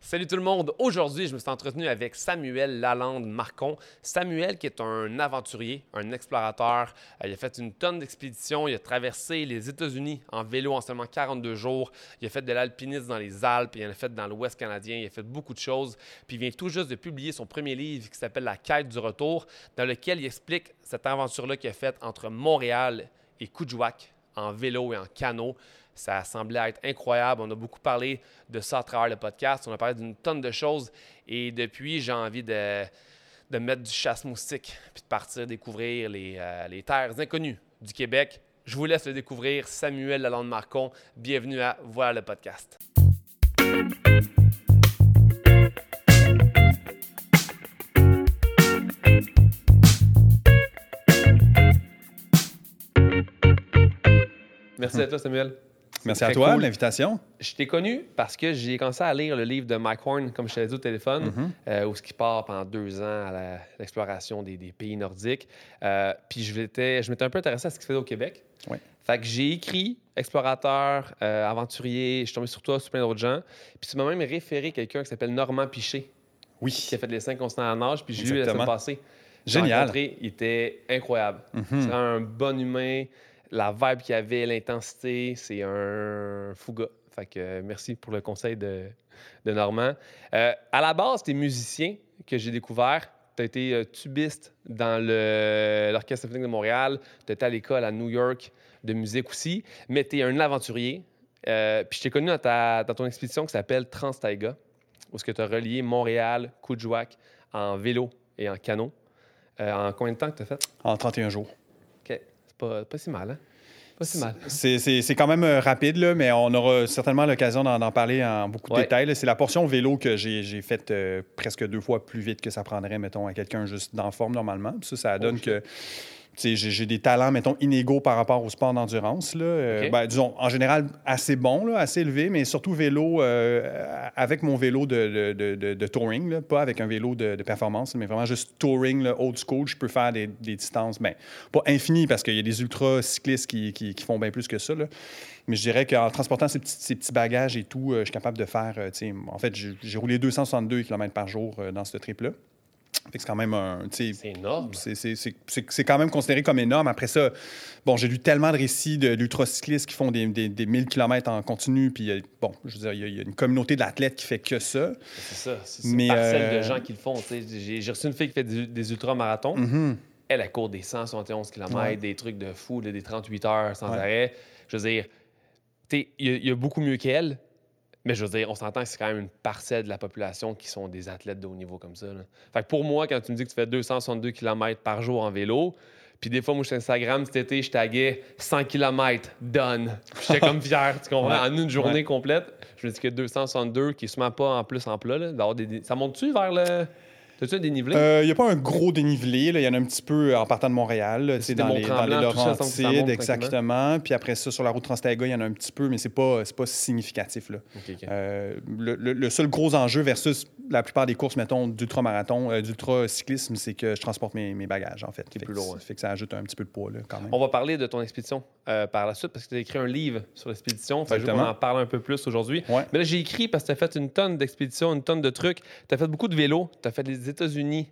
Salut tout le monde! Aujourd'hui, je me suis entretenu avec Samuel Lalande-Marcon. Samuel qui est un aventurier, un explorateur. Il a fait une tonne d'expéditions. Il a traversé les États-Unis en vélo en seulement 42 jours. Il a fait de l'alpinisme dans les Alpes. Il en a fait dans l'Ouest canadien. Il a fait beaucoup de choses. Puis il vient tout juste de publier son premier livre qui s'appelle La quête du retour, dans lequel il explique cette aventure-là qu'il a faite entre Montréal et Kuujjuaq en vélo et en canot. Ça semblait être incroyable. On a beaucoup parlé de ça à travers le podcast. On a parlé d'une tonne de choses. Et depuis, j'ai envie de mettre du chasse-moustique puis de partir découvrir les terres inconnues du Québec. Je vous laisse le découvrir. Samuel Lalande-Marcon, bienvenue à Voilà le podcast. Merci à toi, Samuel. Merci à toi de l'invitation. Je t'ai connu parce que j'ai commencé à lire le livre de Mike Horn, comme je t'avais dit au téléphone, où il part pendant 2 ans à l'exploration des pays nordiques. Puis je m'étais un peu intéressé à ce qu'il faisait au Québec. Oui. Fait que j'ai écrit explorateur, aventurier, je suis tombé sur toi, sur plein d'autres gens. Puis tu m'as même référé quelqu'un qui s'appelle Normand Piché, Oui. qui a fait les 5 continents en nage, puis j'ai lu la semaine passée. Génial. Il était incroyable. C'est un bon humain. La vibe qu'il y avait, l'intensité, c'est un fou gars. Fait que merci pour le conseil de Normand. À la base, tu es musicien que j'ai découvert. Tu as été tubiste dans l'Orchestre symphonique de Montréal. Tu étais à l'école à New York de musique aussi. Mais tu es un aventurier. Puis je t'ai connu dans ton expédition qui s'appelle Trans-Taïga, où tu as relié Montréal, Kuujjuaq en vélo et en canot. En combien de temps que tu as fait? En 31 jours. OK. Pas si mal, hein? Pas si mal. C'est quand même rapide, là, mais on aura certainement l'occasion d'en parler en beaucoup de détails. C'est la portion vélo que j'ai faite presque 2 fois plus vite que ça prendrait, mettons, à quelqu'un juste dans forme normalement. Puis ça donne que j'ai des talents, mettons, inégaux par rapport au sport d'endurance. Là. Disons, en général, assez bons, là, assez élevés, mais surtout vélo, avec mon vélo de touring, là, pas avec un vélo de performance, mais vraiment juste touring, là, old school. Je peux faire des distances, pas infinies, parce qu'il y a des ultra-cyclistes qui font bien plus que ça. Là. Mais je dirais qu'en transportant ces petits bagages et tout, je suis capable de faire... en fait, j'ai roulé 262 km par jour dans ce trip-là. Fait que c'est quand même c'est énorme. C'est quand même considéré comme énorme. Après ça, bon, j'ai lu tellement de récits d'ultracyclistes qui font des 1000 km en continu. Puis, bon, je veux dire, il y a une communauté d'athlètes qui fait que ça. C'est ça. C'est une parcelle de gens qui le font. J'ai reçu une fille qui fait des ultramarathons. Elle court des 171 km, des trucs de fou, des 38 heures sans arrêt. Je veux dire, il y a beaucoup mieux qu'elle. Mais je veux dire, on s'entend que c'est quand même une parcelle de la population qui sont des athlètes de haut niveau comme ça. Là. Fait que pour moi, quand tu me dis que tu fais 262 km par jour en vélo, puis des fois, moi, sur Instagram, cet été, je taguais 100 km, done. J'étais comme fier, tu comprends? En une journée complète, je me dis que 262, qui est sûrement pas en plus en plat, là, ça monte-tu vers le... T'as-tu un dénivelé? Il n'y a pas un gros dénivelé. Il y en a un petit peu en partant de Montréal, là, dans les Laurentides, exactement. Puis après ça, sur la route Trans-Taïga, il y en a un petit peu, mais c'est pas significatif. Là. Okay. Le seul gros enjeu versus la plupart des courses, mettons, d'ultramarathon, d'ultracyclisme, c'est que je transporte mes bagages, en fait. C'est plus lourd. Fait que ça ajoute un petit peu de poids, là, quand même. On va parler de ton expédition par la suite, parce que tu as écrit un livre sur l'expédition. Fait que on en parle un peu plus aujourd'hui. Ouais. Mais là, j'ai écrit parce que tu as fait une tonne d'expéditions, une tonne de trucs. Tu as fait beaucoup de vélo. Tu as fait les États-Unis,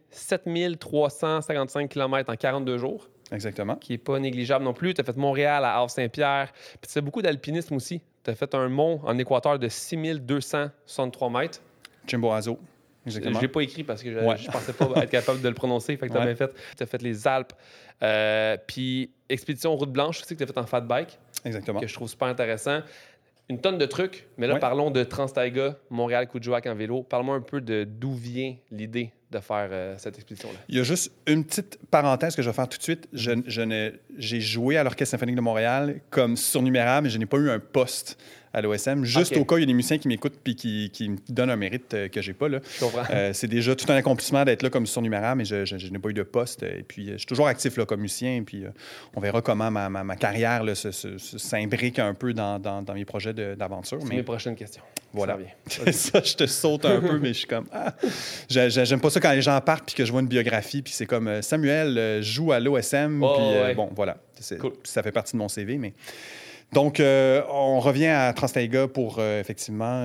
7355 km en 42 jours. Exactement. Qui n'est pas négligeable non plus. Tu as fait Montréal à Havre-Saint-Pierre. Puis tu fais beaucoup d'alpinisme aussi. Tu as fait un mont en Équateur de 6263 mètres. Chimborazo. Exactement. Je l'ai pas écrit parce que je pensais pas être capable de le prononcer. Fait que tu as bien fait. Tu as fait les Alpes. Puis expédition route blanche aussi que tu as fait en fat bike. Exactement. Que je trouve super intéressant. Une tonne de trucs. Mais là, parlons de Trans-Taïga, Montréal, Kuujjuaq en vélo. Parle-moi un peu d'où vient l'idée de faire cette expédition-là. Il y a juste une petite parenthèse que je vais faire tout de suite. J'ai joué à l'Orchestre symphonique de Montréal comme surnumérable, mais je n'ai pas eu un poste à l'OSM. Juste au cas où il y a des musiciens qui m'écoutent et qui me donnent un mérite que je n'ai pas. Là. Je comprends. C'est déjà tout un accomplissement d'être là comme surnumérable, mais je n'ai pas eu de poste. Et puis, je suis toujours actif là, comme musicien. Et puis, on verra comment ma carrière là, s'imbrique un peu dans mes projets d'aventure. C'est mes prochaines questions. Voilà. Ça, je te saute un peu, mais je suis comme... J'aime pas ça quand les gens partent puis que je vois une biographie puis c'est comme Samuel joue à l'OSM. Puis, bon, voilà. Cool. Ça fait partie de mon CV, mais... Donc, on revient à Trans-Taïga pour effectivement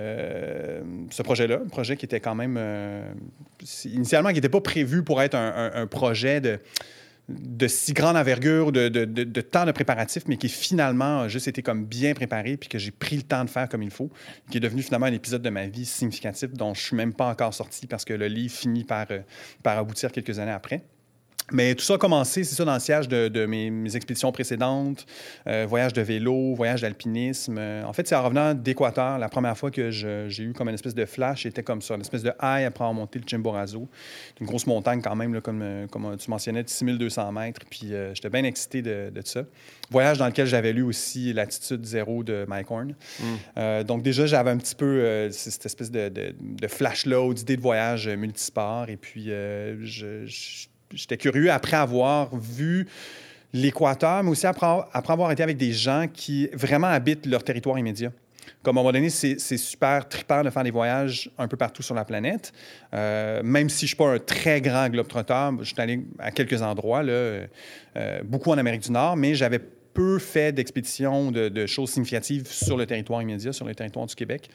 ce projet-là, un projet qui était quand même initialement qui n'était pas prévu pour être un projet de si grande envergure, de temps de préparatif, mais qui finalement a juste été comme bien préparé, puis que j'ai pris le temps de faire comme il faut, qui est devenu finalement un épisode de ma vie significatif dont je ne suis même pas encore sorti parce que le livre finit par aboutir quelques années après. Mais tout ça a commencé, c'est ça, dans le sillage de mes expéditions précédentes, voyages de vélo, voyages d'alpinisme. En fait, c'est en revenant d'Équateur, la première fois que j'ai eu comme une espèce de flash, c'était comme ça, une espèce de high après avoir monté le Chimborazo. Une grosse montagne quand même, là, comme tu mentionnais, de 6200 mètres. Puis j'étais bien excité de ça. Voyage dans lequel j'avais lu aussi Latitude Zéro de Mike Horn. Donc déjà, j'avais un petit peu cette espèce de flash-là, ou d'idée de voyage multisport. Et puis, j'étais curieux après avoir vu l'Équateur, mais aussi après avoir été avec des gens qui vraiment habitent leur territoire immédiat. Comme à un moment donné, c'est super trippant de faire des voyages un peu partout sur la planète. Même si je ne suis pas un très grand globe-trotteur, je suis allé à quelques endroits, là, beaucoup en Amérique du Nord, mais j'avais peu fait d'expéditions, de choses significatives sur le territoire immédiat, sur le territoire du Québec.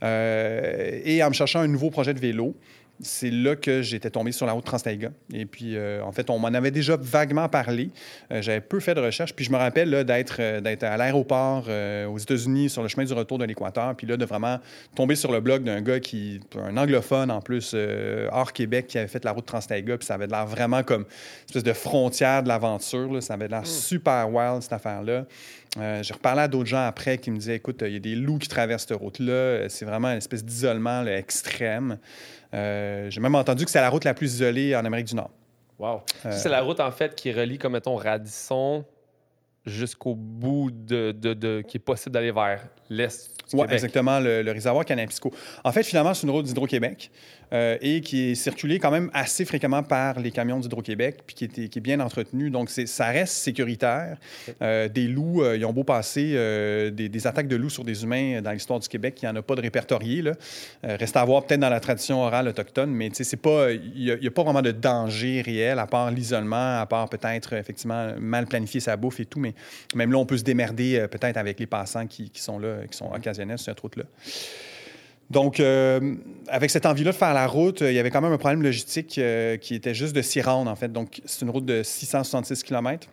Et en me cherchant un nouveau projet de vélo, c'est là que j'étais tombé sur la route Trans-Taïga. Et puis, en fait, on m'en avait déjà vaguement parlé. J'avais peu fait de recherche. Puis, je me rappelle là, d'être à l'aéroport aux États-Unis sur le chemin du retour de l'Équateur. Puis là, de vraiment tomber sur le blog d'un gars un anglophone en plus, hors Québec, qui avait fait la route Trans-Taïga. Puis ça avait l'air vraiment comme une espèce de frontière de l'aventure, là. Ça avait l'air super wild, cette affaire-là. J'ai reparlé à d'autres gens après qui me disaient, écoute, il y a des loups qui traversent cette route-là. C'est vraiment une espèce d'isolement là, extrême. J'ai même entendu que c'est la route la plus isolée en Amérique du Nord. Wow. C'est la route, en fait, qui relie, comme mettons, Radisson jusqu'au bout qui est possible d'aller vers l'est du Québec. Oui, exactement, le réservoir Canapisco. En fait, finalement, c'est une route d'Hydro-Québec et qui est circulée quand même assez fréquemment par les camions d'Hydro-Québec, puis qui est bien entretenue. Donc, ça reste sécuritaire. Des loups, ils ont beau passer des attaques de loups sur des humains dans l'histoire du Québec, il n'y en a pas de répertorié, là. Reste à voir peut-être dans la tradition orale autochtone, mais il n'y a pas vraiment de danger réel, à part l'isolement, à part peut-être, effectivement, mal planifier sa bouffe et tout. Mais même là, on peut se démerder peut-être avec les passants qui sont là, qui sont occasionnels sur cette route-là. Donc, avec cette envie-là de faire la route, il y avait quand même un problème logistique qui était juste de s'y rendre, en fait. Donc, c'est une route de 666 km.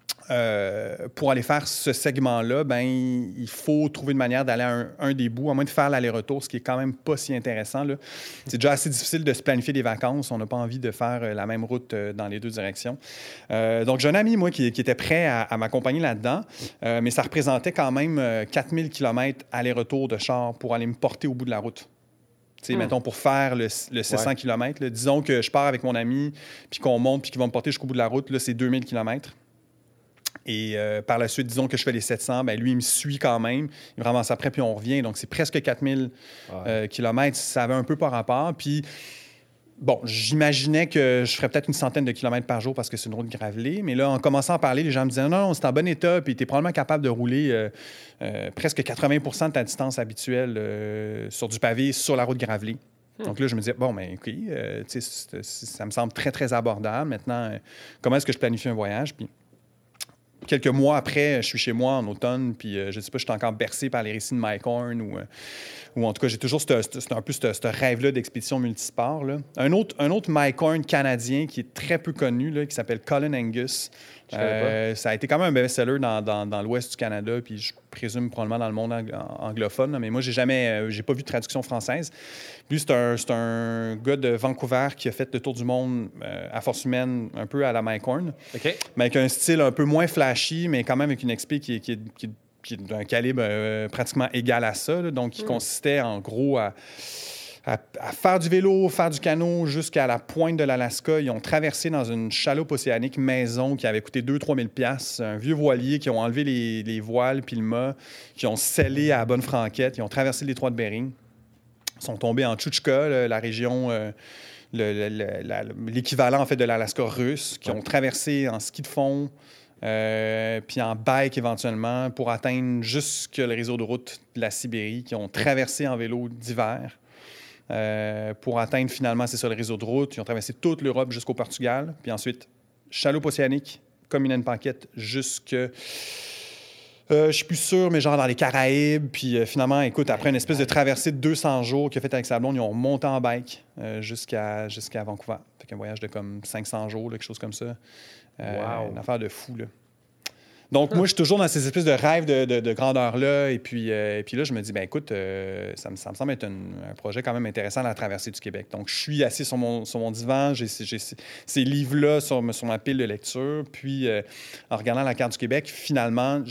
Pour aller faire ce segment-là, ben, il faut trouver une manière d'aller à un des bouts, à moins de faire l'aller-retour, ce qui est quand même pas si intéressant, là. C'est déjà assez difficile de se planifier des vacances. On n'a pas envie de faire la même route dans les deux directions. Donc, j'ai un ami, moi, qui était prêt à m'accompagner là-dedans, mais ça représentait quand même 4000 km aller-retour de char pour aller me porter au bout de la route. Mettons, pour faire le 700 km. Là, disons que je pars avec mon ami, puis qu'on monte, puis qu'il va me porter jusqu'au bout de la route. Là, c'est 2000 km. Et par la suite, disons que je fais les 700, ben lui, il me suit quand même. Il me ramasse après, puis on revient. Donc, c'est presque 4000 km. Ça avait un peu par rapport. Puis, bon, j'imaginais que je ferais peut-être une centaine de kilomètres par jour parce que c'est une route gravelée. Mais là, en commençant à parler, les gens me disaient non, c'est en bon état, puis tu es probablement capable de rouler presque 80 de ta distance habituelle sur du pavé sur la route gravelée. Donc là, je me disais, bon, ben, OK, ça me semble très, très abordable. Maintenant, comment est-ce que je planifie un voyage? Puis, quelques mois après, je suis chez moi en automne, puis je ne sais pas, je suis encore bercé par les récits de Mike Horn ou en tout cas, j'ai toujours un peu ce rêve-là d'expédition multisport, là. Un autre Mike Horn canadien qui est très peu connu, là, qui s'appelle Colin Angus. Ça a été quand même un best-seller dans l'ouest du Canada, puis je présume probablement dans le monde anglophone, là, mais moi, j'ai pas vu de traduction française. Lui, c'est un gars de Vancouver qui a fait le tour du monde à force humaine, un peu à la Mike Horn, mais avec un style un peu moins flashy, mais quand même avec une expé qui est d'un calibre pratiquement égal à ça, là. Donc, qui consistait en gros à faire du vélo, faire du canot jusqu'à la pointe de l'Alaska. Ils ont traversé dans une chaloupe océanique maison qui avait coûté 2 000 à 3 000 $, un vieux voilier, qui ont enlevé les voiles puis le mât, qui ont scellé à la bonne franquette. Ils ont traversé le détroit de Bering. Ils sont tombés en Tchouchka, la région, l'équivalent en fait de l'Alaska russe, qui ont traversé en ski de fond, puis en bike éventuellement, pour atteindre jusque le réseau de route de la Sibérie, qui ont traversé en vélo d'hiver. Pour atteindre finalement, c'est ça, le réseau de route. Ils ont traversé toute l'Europe jusqu'au Portugal. Puis ensuite, chaloupe océanique, comme une paquette, jusqu'à Je suis plus sûr, mais genre dans les Caraïbes. Puis finalement, écoute, après une espèce de traversée de 200 jours qu'il a fait avec sa blonde, ils ont remonté en bike jusqu'à Vancouver. Fait qu'un voyage de comme 500 jours, là, quelque chose comme ça. Une affaire de fou, là. Donc, moi, je suis toujours dans ces espèces de rêves de grandeur-là. Et puis là, je me dis, ben écoute, ça me semble être un projet quand même intéressant, la traversée du Québec. Donc, je suis assis sur mon divan, j'ai ces livres-là sur ma pile de lecture. Puis, en regardant la carte du Québec, finalement,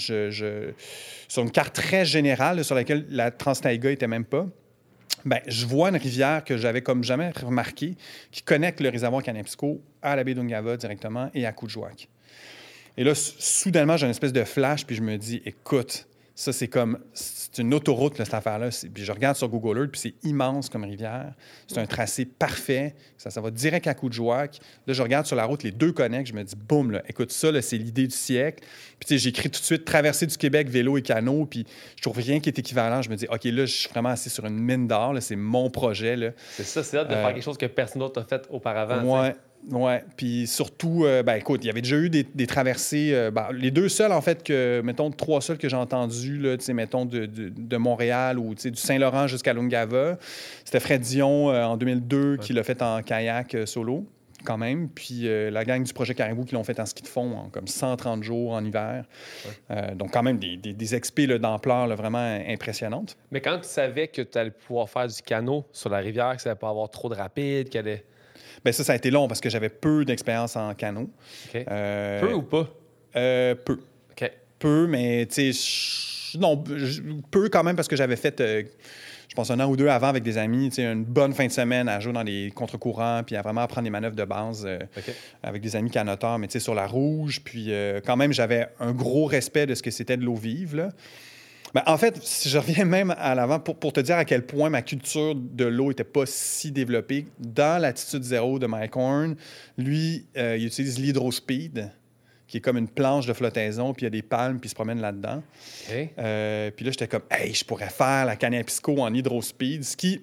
sur une carte très générale, là, sur laquelle la Trans-Taïga n'était même pas, ben, je vois une rivière que j'avais comme jamais remarquée qui connecte le réservoir Kanapisco à la baie d'Ungava directement et à Coudjouac. Et là, soudainement, j'ai une espèce de flash, puis je me dis, écoute, ça, c'est une autoroute, là, cette affaire-là. Puis je regarde sur Google Earth, puis c'est immense comme rivière. C'est un tracé parfait. Ça va direct à Coudjouac. Là, je regarde sur la route, les deux connectent. Je me dis, boum, là, écoute, ça, là, c'est l'idée du siècle. Puis, tu sais, j'écris tout de suite traversée du Québec, vélo et canot. Puis, je trouve rien qui est équivalent. Je me dis, OK, là, je suis vraiment assis sur une mine d'or. Là, c'est mon projet. Là. C'est ça, c'est hâte de faire quelque chose que personne d'autre n'a fait auparavant. Ouais. Oui, puis surtout, écoute, il y avait déjà eu des traversées, les deux seuls, en fait, mettons, 3 seuls que j'ai entendus, là, mettons, de Montréal ou du Saint-Laurent jusqu'à Lungava. C'était Fred Dion en 2002 qui l'a fait en kayak solo, quand même. Puis la gang du projet Caribou qui l'ont fait en ski de fond, en comme 130 jours en hiver. Donc, quand même, des expés là, d'ampleur là, vraiment impressionnantes. Mais quand tu savais que tu allais pouvoir faire du canot sur la rivière, que ça allait pas avoir trop de rapide, qu'elle allait... Bien, ça a été long parce que j'avais peu d'expérience en canot. Okay. Peu ou pas? Peu. Okay. Peu, mais tu sais, non, peu quand même parce que j'avais fait, je pense, 1 an ou 2 avant avec des amis, tu sais, une bonne fin de semaine à jouer dans les contre-courants puis à vraiment apprendre des manœuvres de base avec des amis canoteurs, mais tu sais, sur la rouge. Puis quand même, j'avais un gros respect de ce que c'était de l'eau vive, là. Ben, en fait, si je reviens même à l'avant, pour te dire à quel point ma culture de l'eau n'était pas si développée, dans l'Altitude Zéro de Mike Horn, lui, il utilise l'hydrospeed, qui est comme une planche de flottaison, puis il y a des palmes, puis il se promène là-dedans. Okay. Puis là, j'étais comme, hey, je pourrais faire la Kanapisco en hydrospeed, ce qui,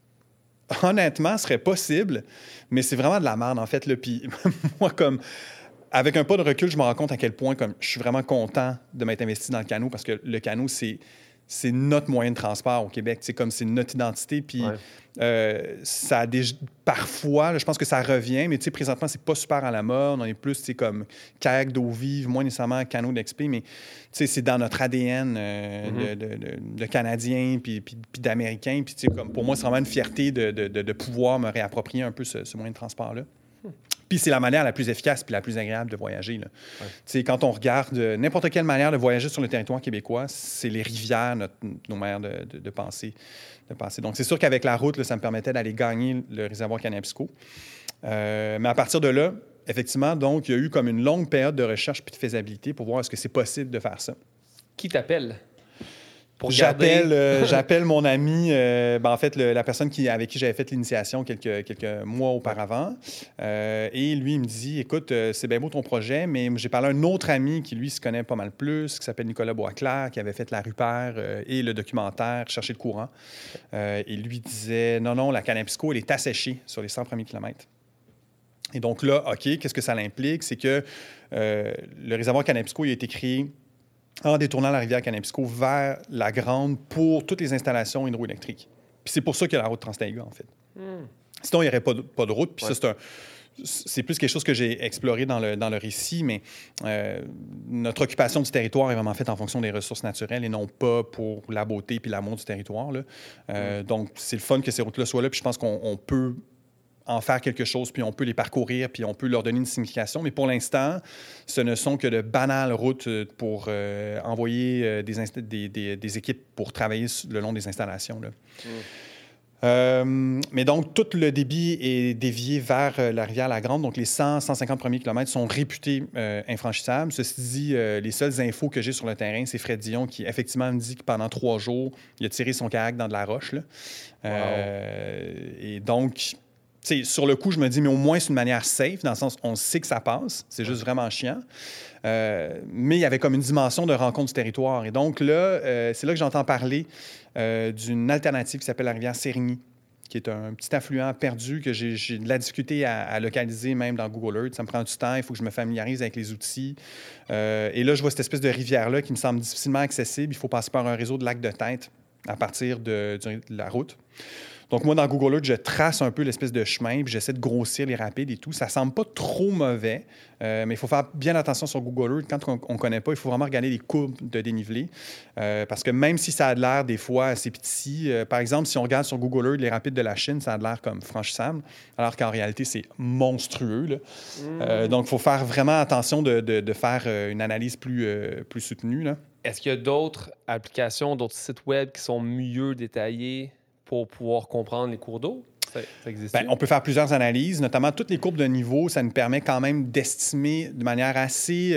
honnêtement, serait possible, mais c'est vraiment de la merde, en fait. Là. Puis moi, comme... Avec un pas de recul, je me rends compte à quel point comme, je suis vraiment content de m'être investi dans le canot parce que le canot, c'est notre moyen de transport au Québec. C'est comme c'est notre identité. Puis ça a parfois, là, je pense que ça revient, mais présentement, c'est pas super à la mode. On est plus comme kayak d'eau vive, moins nécessairement canot d'expé, mais c'est dans notre ADN de Canadiens puis d'Américains. Puis comme, pour moi, c'est vraiment une fierté de pouvoir me réapproprier un peu ce moyen de transport-là. Puis c'est la manière la plus efficace puis la plus agréable de voyager. Là. Quand on regarde n'importe quelle manière de voyager sur le territoire québécois, c'est les rivières, nos manières de penser. Donc, c'est sûr qu'avec la route, là, ça me permettait d'aller gagner le réservoir Kanapisco. Mais à partir de là, effectivement, donc, il y a eu comme une longue période de recherche puis de faisabilité pour voir est-ce que c'est possible de faire ça. Qui t'appelle? J'appelle mon ami, en fait, la personne avec qui j'avais fait l'initiation quelques mois auparavant. Et lui, il me dit, écoute, c'est bien beau ton projet, mais j'ai parlé à un autre ami qui, lui, se connaît pas mal plus, qui s'appelle Nicolas Boisclair, qui avait fait La Rupert et le documentaire Chercher le courant. Et lui disait, non, la Kanapisco, elle est asséchée sur les 100 premiers kilomètres. Et donc là, OK, qu'est-ce que ça implique? C'est que le réservoir Kanapisco, il a été créé en détournant la rivière Kanapisco vers la Grande pour toutes les installations hydroélectriques. Puis c'est pour ça qu'il y a la route Trans-Taïga, en fait. Sinon, il n'y aurait pas de route. Puis ça, c'est plus quelque chose que j'ai exploré dans le récit, mais notre occupation du territoire est vraiment faite en fonction des ressources naturelles et non pas pour la beauté puis l'amour du territoire. Là. Donc, c'est le fun que ces routes-là soient là. Puis je pense qu'on peut en faire quelque chose, puis on peut les parcourir, puis on peut leur donner une signification. Mais pour l'instant, ce ne sont que de banales routes pour envoyer des équipes pour travailler le long des installations. Là. Mais donc, tout le débit est dévié vers la rivière La Grande. Donc, les 100-150 premiers kilomètres sont réputés infranchissables. Ceci dit, les seules infos que j'ai sur le terrain, c'est Fred Dion qui, effectivement, me dit que pendant 3 jours, il a tiré son kayak dans de la roche. Là. Et donc... T'sais, sur le coup, je me dis, mais au moins, c'est une manière safe, dans le sens on sait que ça passe. C'est juste vraiment chiant. Mais il y avait comme une dimension de rencontre du territoire. Et donc là, c'est là que j'entends parler d'une alternative qui s'appelle la rivière Sérigny, qui est un petit affluent perdu que j'ai de la difficulté à localiser même dans Google Earth. Ça me prend du temps, il faut que je me familiarise avec les outils. Et là, je vois cette espèce de rivière-là qui me semble difficilement accessible. Il faut passer par un réseau de lacs de tête à partir de la route. Donc, moi, dans Google Earth, je trace un peu l'espèce de chemin, puis j'essaie de grossir les rapides et tout. Ça semble pas trop mauvais, mais il faut faire bien attention sur Google Earth. Quand on ne connaît pas, il faut vraiment regarder les courbes de dénivelé, parce que même si ça a l'air des fois assez petit, par exemple, si on regarde sur Google Earth les rapides de la Chine, ça a l'air comme franchissable, alors qu'en réalité, c'est monstrueux, là. Donc, il faut faire vraiment attention de faire une analyse plus soutenue, là. Est-ce qu'il y a d'autres applications, d'autres sites web qui sont mieux détaillés pour pouvoir comprendre les cours d'eau? Ça existe? On peut faire plusieurs analyses, notamment toutes les courbes de niveau. Ça nous permet quand même d'estimer de manière assez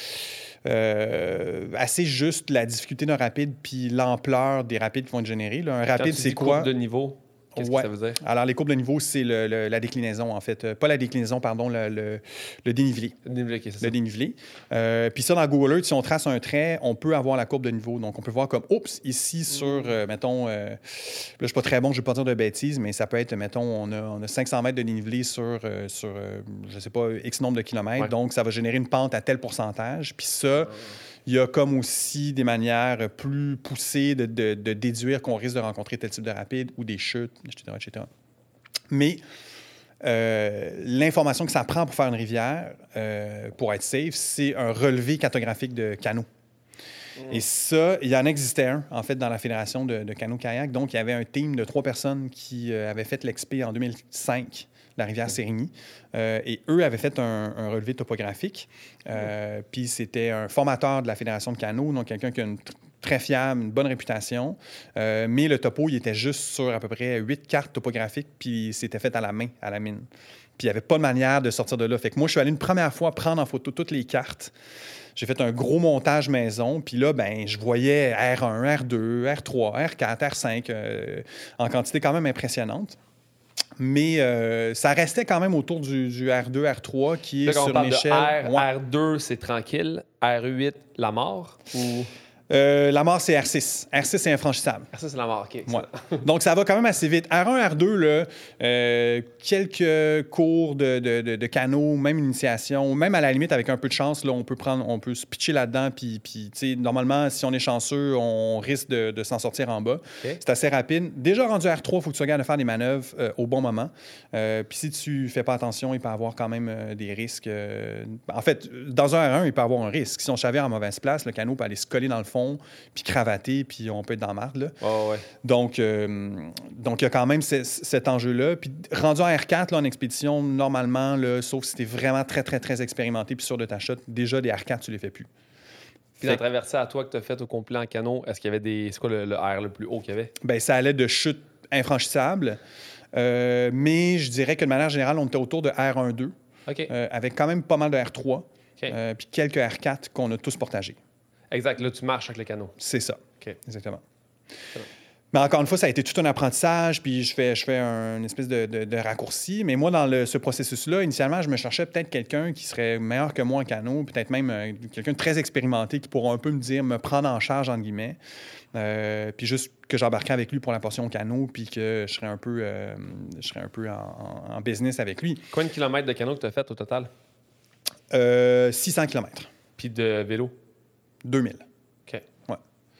juste la difficulté d'un rapide puis l'ampleur des rapides qui vont être générés. Là, un rapide, c'est quoi? Courbe de niveau? Qu'est-ce que ça veut dire? Alors, les courbes de niveau, c'est la déclinaison, en fait. Pas la déclinaison, pardon, le dénivelé. Le dénivelé, OK, c'est ça. Le dénivelé. Puis ça, dans Google Earth, si on trace un trait, on peut avoir la courbe de niveau. Donc, on peut voir comme, oups, ici, sur, mettons, là, je suis pas très bon, je ne vais pas dire de bêtises, mais ça peut être, mettons, on a 500 mètres de dénivelé sur je ne sais pas, X nombre de kilomètres. Ouais. Donc, ça va générer une pente à tel pourcentage. Puis ça... Il y a comme aussi des manières plus poussées de déduire qu'on risque de rencontrer tel type de rapide ou des chutes, etc. Mais l'information que ça prend pour faire une rivière, pour être safe, c'est un relevé cartographique de canaux. Et ça, il y en existait un, en fait, dans la Fédération de canot-kayak. Donc, il y avait un team de 3 personnes qui avaient fait l'expé en 2005, la rivière Sérigny. Et eux avaient fait un relevé topographique. Puis c'était un formateur de la Fédération de canot, donc quelqu'un qui a une très fiable, une bonne réputation. Mais le topo, il était juste sur à peu près 8 cartes topographiques, puis c'était fait à la main, à la mine. Puis il n'y avait pas de manière de sortir de là. Fait que moi, je suis allé une première fois prendre en photo toutes les cartes. J'ai fait un gros montage maison, puis là, je voyais R1, R2, R3, R4, R5, en quantité quand même impressionnante. Mais ça restait quand même autour du R2, R3, qui est sur une échelle... R2, c'est tranquille. R8, la mort? Ou... la mort, c'est R6. R6, c'est infranchissable. R6, c'est la mort, OK. Ouais. Donc, ça va quand même assez vite. R1, R2, là, quelques cours de canot, même initiation, même à la limite, avec un peu de chance, là, on peut se pitcher là-dedans. Puis tu sais, normalement, si on est chanceux, on risque de s'en sortir en bas. Okay. C'est assez rapide. Déjà rendu R3, il faut que tu regardes de faire des manœuvres au bon moment. Puis si tu fais pas attention, il peut y avoir quand même des risques. En fait, dans un R1, il peut y avoir un risque. Si on chavire en mauvaise place, le canot peut aller se coller dans le fond, puis cravater, puis on peut être dans la marde, là. Oh, ouais. Donc, il y a quand même cet enjeu-là. Puis rendu en R4, là, en expédition, normalement, là, sauf si tu es vraiment très, très, très expérimenté puis sûr de ta shot, déjà, des R4, tu les fais plus. Puis la traversée à toi que tu as faite au complet en canot, est-ce qu'il y avait des... C'est quoi le R le plus haut qu'il y avait? Bien, ça allait de chute infranchissable, mais je dirais que de manière générale, on était autour de R1-2, okay. Avec quand même pas mal de R3, okay. Puis quelques R4 qu'on a tous partagés. Exact. Là, tu marches avec le canot. C'est ça. Okay. Exactement. Mais encore une fois, ça a été tout un apprentissage, puis je fais une espèce de raccourci. Mais moi, dans ce processus-là, initialement, je me cherchais peut-être quelqu'un qui serait meilleur que moi en canot, peut-être même quelqu'un de très expérimenté qui pourra un peu me prendre en charge, entre guillemets. Puis juste que j'embarquerais avec lui pour la portion canot, puis que je serais un peu en business avec lui. Combien de kilomètres de canot que tu as fait au total? 600 km. Puis de vélo? 2000. OK. Ouais.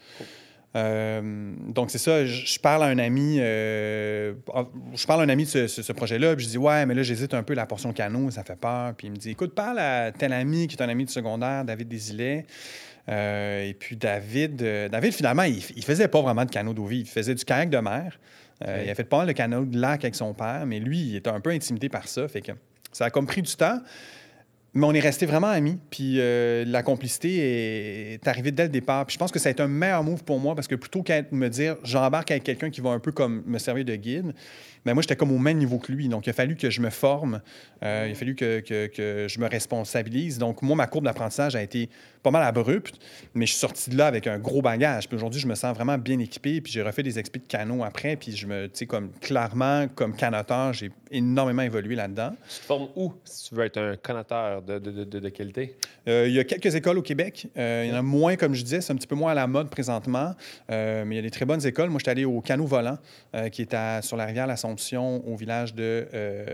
Cool. Donc, c'est ça. Je parle à un ami de ce projet-là, puis je dis, ouais, mais là, j'hésite un peu la portion canot, ça fait peur. Puis il me dit, écoute, parle à tel ami qui est un ami du secondaire, David Desilets. Et puis, David, finalement, il faisait pas vraiment de canot d'eau vive. Il faisait du kayak de mer. Okay. Il a fait pas mal de canot de lac avec son père, mais lui, il était un peu intimidé par ça. Fait que ça a comme pris du temps. Mais on est restés vraiment amis, puis la complicité est arrivée dès le départ. Puis je pense que ça a été un meilleur move pour moi parce que plutôt qu'à me dire j'embarque avec quelqu'un qui va un peu comme me servir de guide, bien moi, j'étais comme au même niveau que lui. Donc, il a fallu que je me forme, il a fallu que je me responsabilise. Donc, moi, ma courbe d'apprentissage a été pas mal abrupte, mais je suis sorti de là avec un gros bagage. Puis aujourd'hui, je me sens vraiment bien équipé, puis j'ai refait des expés de canot après, puis je me, tu sais, comme clairement, comme canoteur, j'ai énormément évolué là-dedans. Tu te formes où si tu veux être un connateur de qualité? Il y a quelques écoles au Québec. Il y en a moins, comme je disais, c'est un petit peu moins à la mode présentement. Mais il y a des très bonnes écoles. Moi, je suis allé au Canot Volant, qui est sur la rivière l'Assomption, au village de...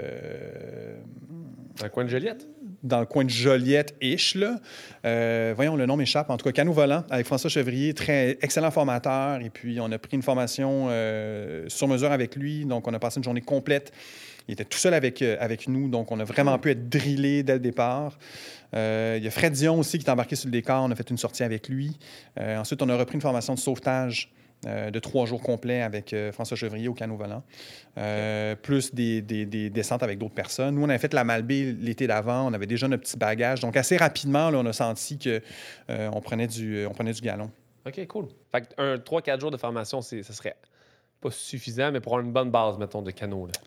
Dans le coin de Joliette? Dans le coin de Joliette-ish, là. Voyons, le nom m'échappe. En tout cas, Canot Volant, avec François Chevrier, très excellent formateur. Et puis, on a pris une formation sur mesure avec lui. Donc, on a passé une journée complète. Il était tout seul avec nous. Donc, on a vraiment pu être drillé dès le départ. Il y a Fred Dion aussi qui est embarqué sur le décor. On a fait une sortie avec lui. Ensuite, on a repris une formation de sauvetage de 3 jours complets avec François Chevrier au Canot Volant, plus des descentes avec d'autres personnes. Nous, on avait fait la Malbaie l'été d'avant, on avait déjà notre petit bagage. Donc, assez rapidement, là, on a senti qu'on prenait du galon. OK, cool. Fait que 3-4 jours de formation, ça serait pas suffisant, mais pour avoir une bonne base, mettons, de canot, là.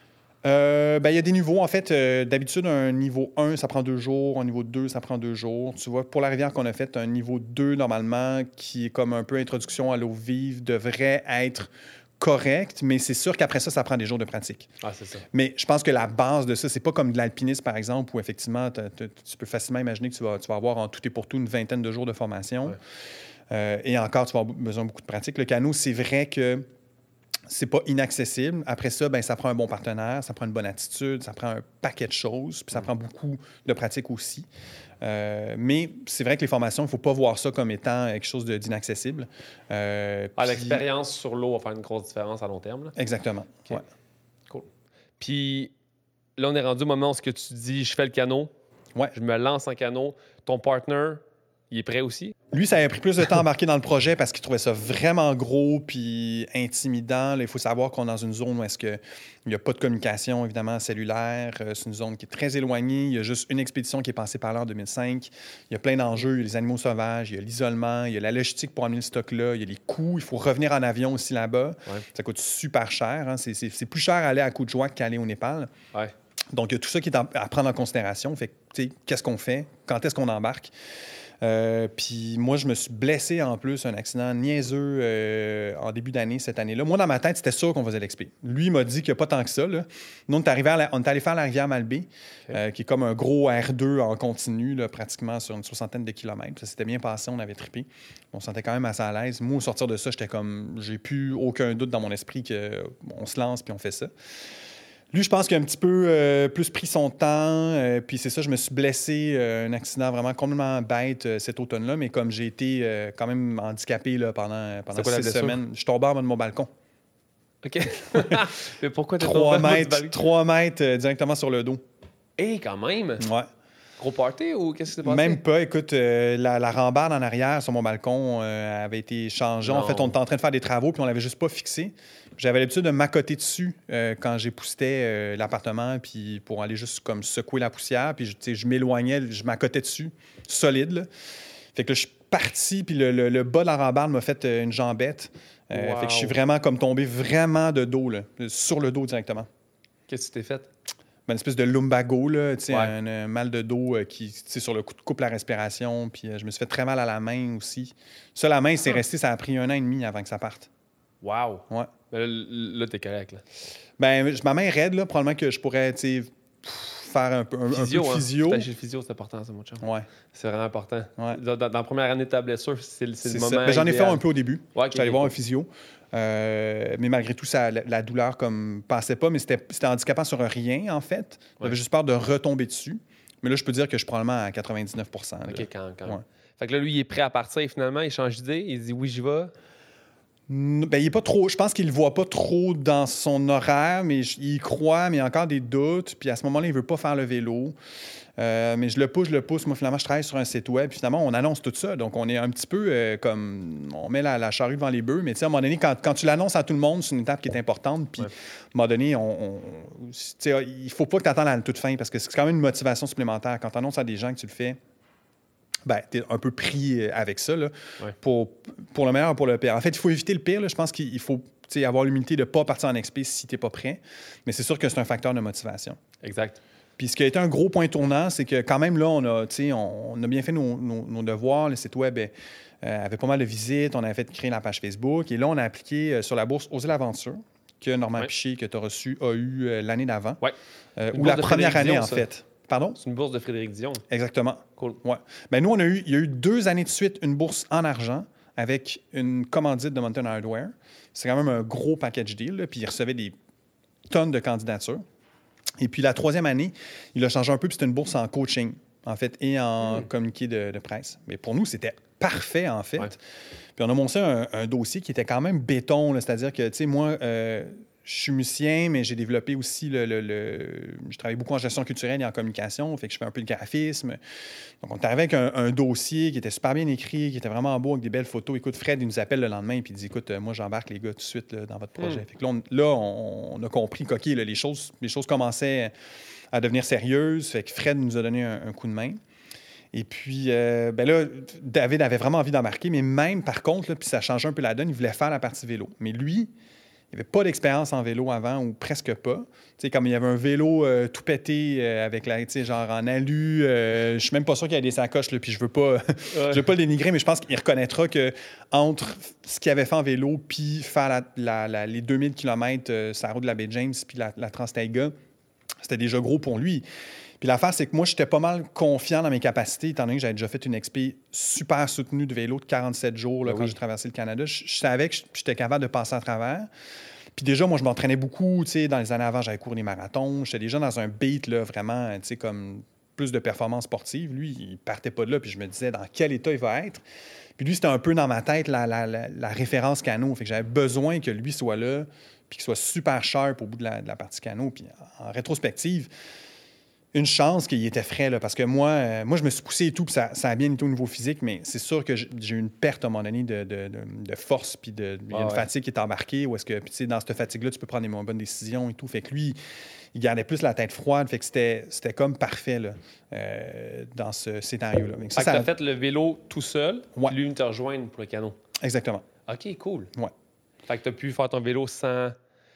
Il y a des niveaux. En fait, d'habitude, un niveau 1, ça prend 2 jours. Un niveau 2, ça prend 2 jours. Tu vois, pour la rivière qu'on a faite, un niveau 2, normalement, qui est comme un peu introduction à l'eau vive, devrait être correct, mais c'est sûr qu'après ça, ça prend des jours de pratique. Ah, c'est ça. Mais je pense que la base de ça, c'est pas comme de l'alpinisme, par exemple, où effectivement, tu peux facilement imaginer que tu vas avoir en tout et pour tout une vingtaine de jours de formation. Ouais. Et encore, tu vas avoir besoin de beaucoup de pratique. Le canot, c'est vrai que c'est pas inaccessible. Après ça, ça prend un bon partenaire, ça prend une bonne attitude, ça prend un paquet de choses, puis ça prend beaucoup de pratique aussi. Mais c'est vrai que les formations, il ne faut pas voir ça comme étant quelque chose d'inaccessible. L'expérience sur l'eau va faire une grosse différence à long terme, là. Exactement. Okay. Ouais. Cool. Puis là, on est rendu au moment où tu dis, je fais le canot, je me lance en canot. Ton partner, il est prêt aussi? Lui, ça a pris plus de temps à embarquer dans le projet parce qu'il trouvait ça vraiment gros puis intimidant. Là, il faut savoir qu'on est dans une zone où il n'y a pas de communication, évidemment, cellulaire. C'est une zone qui est très éloignée. Il y a juste une expédition qui est passée par là en 2005. Il y a plein d'enjeux. Il y a les animaux sauvages, il y a l'isolement, il y a la logistique pour amener le stock-là, il y a les coûts. Il faut revenir en avion aussi là-bas. Ouais. Ça coûte super cher. Hein. C'est plus cher aller à Kuujjuaq qu'aller au Népal. Ouais. Donc, il y a tout ça qui est à prendre en considération. Fait que, qu'est-ce qu'on fait? Quand est-ce qu'on embarque? Puis moi, je me suis blessé en plus, un accident niaiseux en début d'année, cette année-là. Moi, dans ma tête, c'était sûr qu'on faisait l'expé. Lui, il m'a dit qu'il n'y a pas tant que ça, là. Nous, on est allé faire la rivière Malbaie, qui est comme un gros R2 en continu, là, pratiquement sur une 60aine de kilomètres. Ça s'était bien passé, on avait trippé. On se sentait quand même assez à l'aise. Moi, au sortir de ça, j'étais comme... J'ai plus aucun doute dans mon esprit qu'on se lance puis on fait ça. Lui, je pense qu'il a un petit peu plus pris son temps. Puis c'est ça, je me suis blessé, un accident vraiment complètement bête cet automne-là. Mais comme j'ai été quand même handicapé là, pendant 6 semaines, je suis tombé en bas de mon balcon. OK. Mais pourquoi t'es tombé en bas du balcon? 3 mètres directement sur le dos. Quand même? Ouais. Gros party ou qu'est-ce qui s'est passé? Même pas. Écoute, la rambarde en arrière sur mon balcon avait été changée. En fait, on était en train de faire des travaux puis on l'avait juste pas fixé. J'avais l'habitude de m'accoter dessus quand j'époussetais l'appartement puis pour aller juste comme secouer la poussière. Puis je m'éloignais, je m'accotais dessus, solide. Là. Fait que là, je suis parti puis le bas de la rambarde m'a fait une jambette. Fait que je suis vraiment comme tombé vraiment de dos, là, sur le dos directement. Qu'est-ce que tu t'es fait? Une espèce de lumbago, là, un mal de dos qui, sur le coup, coupe la respiration. Puis je me suis fait très mal à la main aussi. Ça, la main, c'est resté, ça a pris 1 an et demi avant que ça parte. Wow! Ouais. Là, t'es correct, là. Ma main est raide, là. Probablement que je pourrais, faire un peu de physio. Chez le physio, c'est important, ça, mon chum. Ouais. C'est vraiment important. Ouais. Dans la première année de ta blessure, c'est le moment. J'en ai fait un peu au début. Ouais, j'étais allé voir un physio. Mais malgré tout, la douleur comme passait pas, mais c'était handicapant sur rien, en fait. J'avais juste peur de retomber dessus. Mais là, je peux dire que je suis probablement à 99 %. OK, quand même. Ouais. Fait que là, lui, il est prêt à partir finalement. Il change d'idée. Il dit oui, j'y vais. Il est pas trop. Je pense qu'il le voit pas trop dans son horaire, mais il y croit, mais il y a encore des doutes. Puis à ce moment-là, il veut pas faire le vélo. Mais je le pousse. Moi, finalement, je travaille sur un site web. Puis finalement, on annonce tout ça. Donc, on est un petit peu comme... On met la charrue devant les bœufs. Mais tu sais, à un moment donné, quand tu l'annonces à tout le monde, c'est une étape qui est importante. Puis, à un moment donné, il faut pas que tu attendes à la toute fin parce que c'est quand même une motivation supplémentaire. Quand tu annonces à des gens que tu le fais, tu es un peu pris avec ça, là, pour le meilleur ou pour le pire. En fait, il faut éviter le pire. Là. Je pense qu'il faut avoir l'humilité de ne pas partir en expé si tu n'es pas prêt. Mais c'est sûr que c'est un facteur de motivation. Exact. Puis ce qui a été un gros point tournant, c'est que quand même, là, on a bien fait nos devoirs. Le site web avait pas mal de visites. On avait fait créer la page Facebook. Et là, on a appliqué sur la bourse Oser l'aventure, que Normand Piché, que tu as reçu, a eu l'année d'avant. Ouais. Ou la première année, en fait. Pardon? C'est une bourse de Frédéric Dion. Exactement. Cool. Ouais. Ben, nous, il y a eu 2 années de suite une bourse en argent avec une commandite de Mountain Hardwear. C'est quand même un gros package deal, là, puis il recevait des tonnes de candidatures. Et puis la 3e année, il a changé un peu, puis c'était une bourse en coaching, en fait, et en communiqué de presse. Mais pour nous, c'était parfait, en fait. Ouais. Puis on a monté un dossier qui était quand même béton, là, c'est-à-dire que, tu sais, moi, je suis musicien, mais j'ai développé aussi je travaille beaucoup en gestion culturelle et en communication, fait que je fais un peu de graphisme. Donc, on est arrivé avec un dossier qui était super bien écrit, qui était vraiment beau, avec des belles photos. Écoute, Fred, il nous appelle le lendemain et il dit, écoute, moi, j'embarque les gars tout de suite là, dans votre projet. Fait que là, on a compris que, OK, là, les choses commençaient à devenir sérieuses. Fait que Fred nous a donné un coup de main. Et puis, ben là, David avait vraiment envie d'embarquer, mais même, par contre, là, puis ça changeait un peu la donne, il voulait faire la partie vélo. Mais lui, il n'avait pas d'expérience en vélo avant, ou presque pas. Tu sais, comme il y avait un vélo tout pété avec la, tu sais, genre en alu. Je suis même pas sûr qu'il y a des sacoches, là, puis je veux pas le dénigrer, mais je pense qu'il reconnaîtra que entre ce qu'il avait fait en vélo puis faire les 2000 km sur la route de la baie James puis la Trans-Taiga, c'était déjà gros pour lui. Puis l'affaire, c'est que moi, j'étais pas mal confiant dans mes capacités, étant donné que j'avais déjà fait une expé super soutenue de vélo de 47 jours là, quand j'ai traversé le Canada. Je savais que j'étais capable de passer à travers. Puis déjà, moi, je m'entraînais beaucoup. Tu sais, dans les années avant, j'avais couru des marathons. J'étais déjà dans un beat, là, vraiment, tu sais, comme plus de performance sportive. Lui, il partait pas de là. Puis je me disais, dans quel état il va être? Puis lui, c'était un peu dans ma tête la référence canot. Fait que j'avais besoin que lui soit là, puis qu'il soit super sharp au bout de la partie canot. Puis en rétrospective, une chance qu'il était frais, là, parce que moi, je me suis poussé et tout, puis ça a bien été au niveau physique, mais c'est sûr que j'ai eu une perte à un moment donné de force, puis il y a une fatigue qui est embarquée, où est-ce que, puis tu sais, dans cette fatigue-là, tu peux prendre des bonnes décisions et tout. Fait que lui, il gardait plus la tête froide, fait que c'était comme parfait, là, dans ce scénario-là. Fait que t'as fait le vélo tout seul, puis lui, il te rejoindre pour le canot. Exactement. OK, cool. Ouais. Fait que t'as pu faire ton vélo sans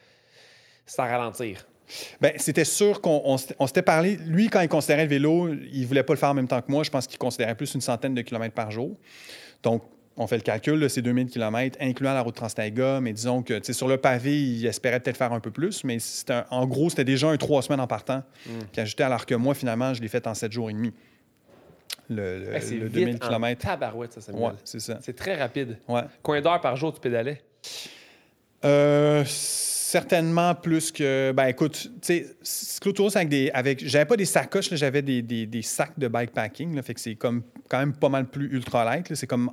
ralentir. Bien, c'était sûr qu'on s'était parlé. Lui, quand il considérait le vélo, il ne voulait pas le faire en même temps que moi. Je pense qu'il considérait plus une centaine de kilomètres par jour. Donc, on fait le calcul, là, c'est 2000 km, incluant la route Trans-Taiga. Mais disons que sur le pavé, il espérait peut-être faire un peu plus. Mais en gros, c'était déjà un 3 semaines en partant. Puis ajouté, alors que moi, finalement, je l'ai fait en 7 jours et demi. Le 2000 km. Tabarouette, ça, Samuel. Ouais, c'est ça. C'est très rapide. Ouais. Combien d'heures par jour tu pédalais? Certainement plus que... Ben écoute, tu sais, cyclotourisme j'avais pas des sacoches, là, j'avais des sacs de bikepacking, là, fait que c'est comme quand même pas mal plus ultralight, là, c'est comme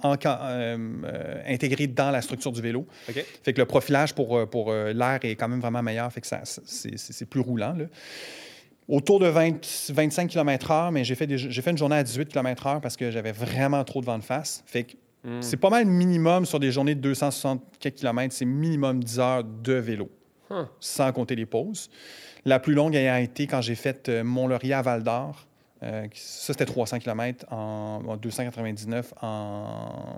intégré dans la structure du vélo. Okay. Fait que le profilage pour l'air est quand même vraiment meilleur, fait que c'est plus roulant, là. Autour de 25 km/h, mais j'ai fait une journée à 18 km/h parce que j'avais vraiment trop de vent de face. Fait que c'est pas mal minimum sur des journées de 260 km, c'est minimum 10 heures de vélo, sans compter les pauses. La plus longue ayant été quand j'ai fait Mont-Laurier à Val-d'Or. Ça, c'était 300 km en 299 en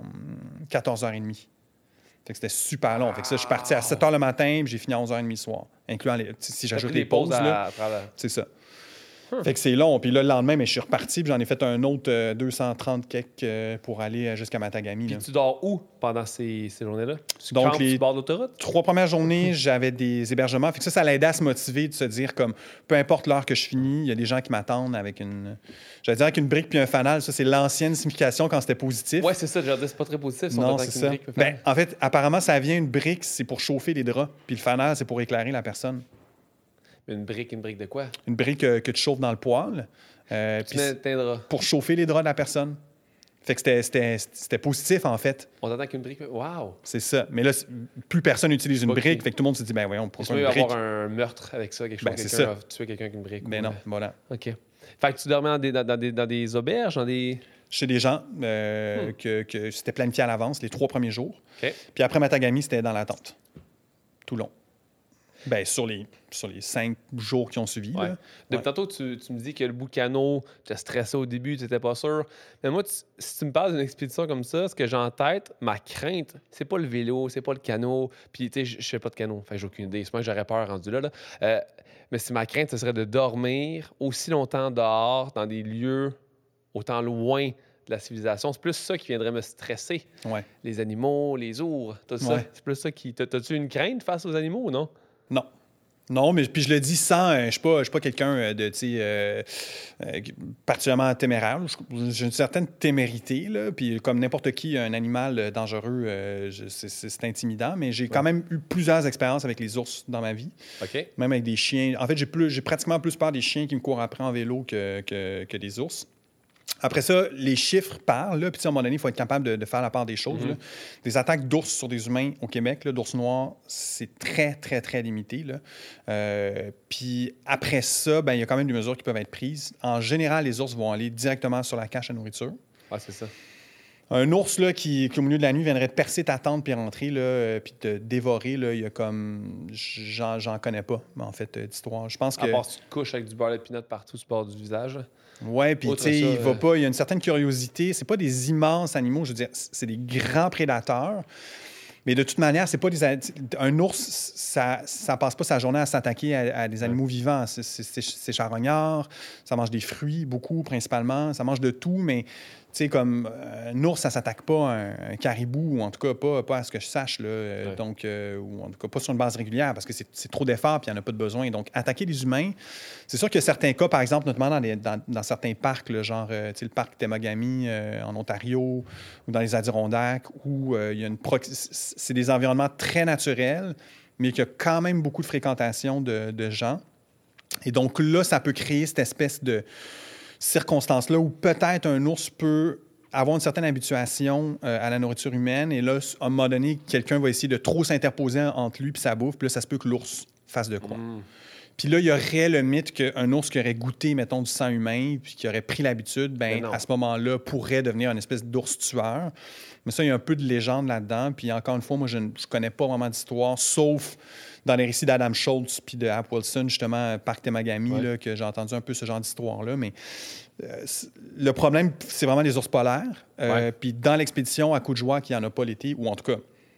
14h30. Fait que c'était super long. Fait que ça, je suis parti à 7h le matin puis j'ai fini à 11h30 le soir, incluant si j'ajoute les pauses. C'est ça. Fait que c'est long. Puis là, le lendemain, mais je suis reparti puis j'en ai fait un autre 230 quelques pour aller jusqu'à Matagami. Puis tu dors où pendant ces journées-là? Donc, les bord de l'autoroute? 3 premières journées, j'avais des hébergements. Fait que ça l'aidait à se motiver, de se dire comme, peu importe l'heure que je finis, il y a des gens qui m'attendent avec avec une brique puis un fanal. Ça, c'est l'ancienne signification quand c'était positif. Oui, c'est ça. C'est pas très positif. Non, c'est ça. Ben, en fait, apparemment, ça vient une brique, c'est pour chauffer les draps. Puis le fanal, c'est pour éclairer la personne. Une brique de quoi? Une brique que tu chauffes dans le poêle. Tu mets tes draps. Pour chauffer les draps de la personne. Fait que c'était positif, en fait. On t'attend qu'une brique. Wow! C'est ça. Mais là, plus personne n'utilise une brique. Fait que tout le monde se dit, ben voyons, pourquoi une brique? Il va y avoir un meurtre avec ça, quelque chose. Quelqu'un va tuer quelqu'un avec une brique. Ben non, voilà. OK. Fait que tu dormais dans des auberges, Chez des gens que c'était planifié à l'avance, les 3 premiers jours. OK. Puis après Matagami, c'était dans la tente. Tout long. Bien, sur les 5 jours qui ont suivi. Ouais. Là. Depuis tantôt, tu me dis que le bout de canot, tu as stressé au début, tu n'étais pas sûr. Mais moi, si tu me parles d'une expédition comme ça, ce que j'ai en tête, ma crainte, c'est pas le vélo, c'est pas le canot. Puis, tu sais, je fais pas de canot. Enfin, j'ai aucune idée. C'est moi que j'aurais peur rendu là. Mais si ma crainte, ce serait de dormir aussi longtemps dehors, dans des lieux autant loin de la civilisation. C'est plus ça qui viendrait me stresser. Ouais. Les animaux, les ours, tout ça. Ouais. C'est plus ça qui... T'as-tu une crainte face aux animaux ou non? Non. Non, mais puis je le dis sans... je suis pas quelqu'un de, particulièrement téméraire. J'ai une certaine témérité, là, puis comme n'importe qui, un animal dangereux, c'est intimidant, mais j'ai quand même eu plusieurs expériences avec les ours dans ma vie. OK. Même avec des chiens. En fait, j'ai pratiquement plus peur des chiens qui me courent après en vélo que des ours. Après ça, les chiffres parlent. Là, puis à un moment donné, il faut être capable de faire la part des choses. Là. Des attaques d'ours sur des humains au Québec, d'ours noirs, c'est très, très, très limité. Puis après ça, il y a quand même des mesures qui peuvent être prises. En général, les ours vont aller directement sur la cache à nourriture. Ah, c'est ça. Un ours là, qui, au milieu de la nuit, viendrait te percer ta tente puis rentrer, puis te dévorer, là, il y a comme... J'en connais pas, en fait, d'histoire. Je pense que... À part si tu te couches avec du beurre de pinot partout sur le bord du visage. Oui, puis tu sais, il va pas. Il y a une certaine curiosité. C'est pas des immenses animaux, je veux dire, c'est des grands prédateurs. Mais de toute manière, c'est pas un ours, ça passe pas sa journée à s'attaquer à des animaux vivants. C'est charognard, ça mange des fruits, beaucoup, principalement. Ça mange de tout, mais tu sais, comme un ours, ça s'attaque pas à un caribou, ou en tout cas pas à ce que je sache, là. Donc, ou en tout cas pas sur une base régulière, parce que c'est trop d'efforts puis il n'y en a pas de besoin. Donc, attaquer les humains, c'est sûr qu'il y a certains cas, par exemple, notamment dans certains parcs, là, genre le parc Temagami en Ontario ou dans les Adirondacks, où il y a c'est des environnements très naturels, mais qu'il y a quand même beaucoup de fréquentation de gens. Et donc là, ça peut créer cette espèce de circonstances-là où peut-être un ours peut avoir une certaine habituation à la nourriture humaine. Et là, à un moment donné, quelqu'un va essayer de trop s'interposer entre lui et sa bouffe. Puis là, ça se peut que l'ours fasse de quoi. Puis là, il y aurait le mythe qu'un ours qui aurait goûté, mettons, du sang humain puis qui aurait pris l'habitude, à ce moment-là, pourrait devenir une espèce d'ours tueur. Mais ça, il y a un peu de légende là-dedans. Puis encore une fois, moi, je ne connais pas vraiment d'histoire, sauf dans les récits d'Adam Schultz puis de Hap Wilson, justement, Parc Temagami, là, que j'ai entendu un peu ce genre d'histoire-là. Mais le problème, c'est vraiment les ours polaires. Puis dans l'expédition à Coup-de-Joie, qu'il n'y en a pas l'été, ou en tout cas,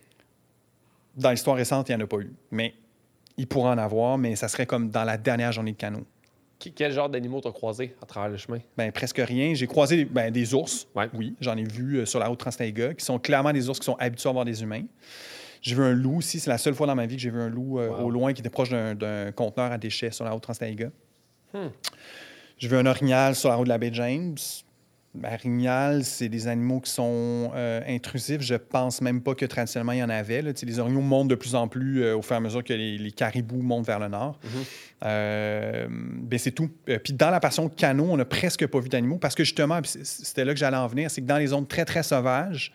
dans l'histoire récente, il n'y en a pas eu. Mais il pourrait en avoir, mais ça serait comme dans la dernière journée de canot. Quel genre d'animaux t'as croisé à travers le chemin? Presque rien. J'ai croisé des ours. Oui, j'en ai vu sur la route Trans-Taïga, qui sont clairement des ours qui sont habitués à voir des humains. J'ai vu un loup aussi. C'est la seule fois dans ma vie que j'ai vu un loup au loin qui était proche d'un conteneur à déchets sur la route Trans-Taïga. J'ai vu un orignal sur la route de la baie James. Orignal, c'est des animaux qui sont intrusifs. Je pense même pas que traditionnellement, il y en avait. Là. Les orignaux montent de plus en plus au fur et à mesure que les caribous montent vers le nord. C'est tout. Puis dans la passion de canot, on n'a presque pas vu d'animaux parce que justement, c'était là que j'allais en venir, c'est que dans les zones très, très sauvages,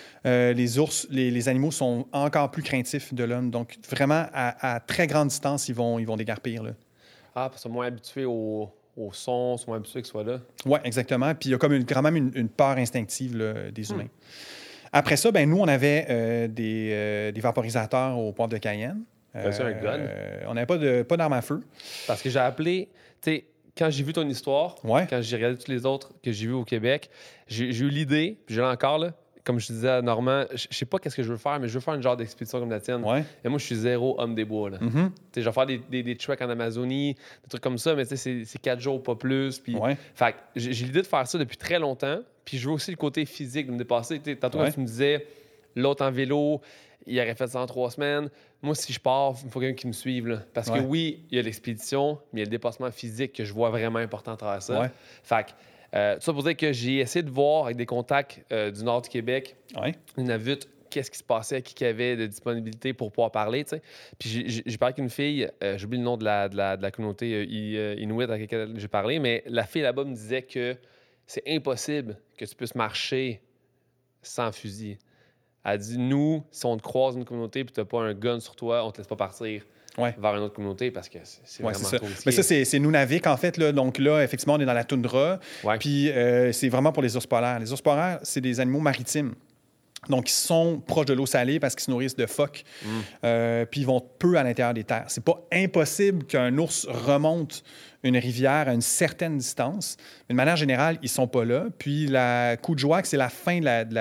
les ours, les animaux sont encore plus craintifs de l'homme. Donc vraiment, à très grande distance, ils vont dégarpir. Là. Ah, parce qu'ils sont moins habitués au son, sont moins habitués qu'ils soient là. Oui, exactement. Puis il y a comme quand même une peur instinctive là, des humains. Après ça, nous, on avait des vaporisateurs au poivre de Cayenne. Un gun? On n'avait pas d'arme à feu. Parce que j'ai appelé, tu sais, quand j'ai vu ton histoire, quand j'ai regardé toutes les autres que j'ai vues au Québec, j'ai eu l'idée, puis je l'ai encore, là, comme je disais à Normand, je sais pas qu'est-ce que je veux faire, mais je veux faire une genre d'expédition comme la tienne. Et moi, je suis zéro homme des bois. Là. Je vais faire des treks en Amazonie, des trucs comme ça, mais c'est 4 jours, pas plus. Puis, fait que j'ai l'idée de faire ça depuis très longtemps. Puis je veux aussi le côté physique de me dépasser. Tantôt, quand tu me disais, l'autre en vélo, il aurait fait ça en 3 semaines. Moi, si je pars, il faut quelqu'un qui me suive. Là. Parce que oui, il y a l'expédition, mais il y a le dépassement physique que je vois vraiment important à travers ça. Fait que, tout ça pour dire que j'ai essayé de voir avec des contacts du nord du Québec, une avute, qu'est-ce qui se passait, qui avait de disponibilité pour pouvoir parler. T'sais. Puis j'ai parlé avec une fille, j'oublie le nom de la communauté Inuit à laquelle j'ai parlé, mais la fille là-bas me disait que c'est impossible que tu puisses marcher sans fusil. Elle dit, nous, si on te croise une communauté et tu n'as pas un gun sur toi, on te laisse pas partir vers une autre communauté parce que c'est vraiment ça. trop risqué. Mais ça, c'est Nunavik, en fait. Là. Donc là, effectivement, on est dans la toundra. Puis c'est vraiment pour les ours polaires. Les ours polaires, c'est des animaux maritimes. Donc, ils sont proches de l'eau salée parce qu'ils se nourrissent de phoques. Puis ils vont peu à l'intérieur des terres. C'est pas impossible qu'un ours remonte une rivière à une certaine distance. Mais de manière générale, ils sont pas là. Puis la Coup-de-Joie, c'est la fin de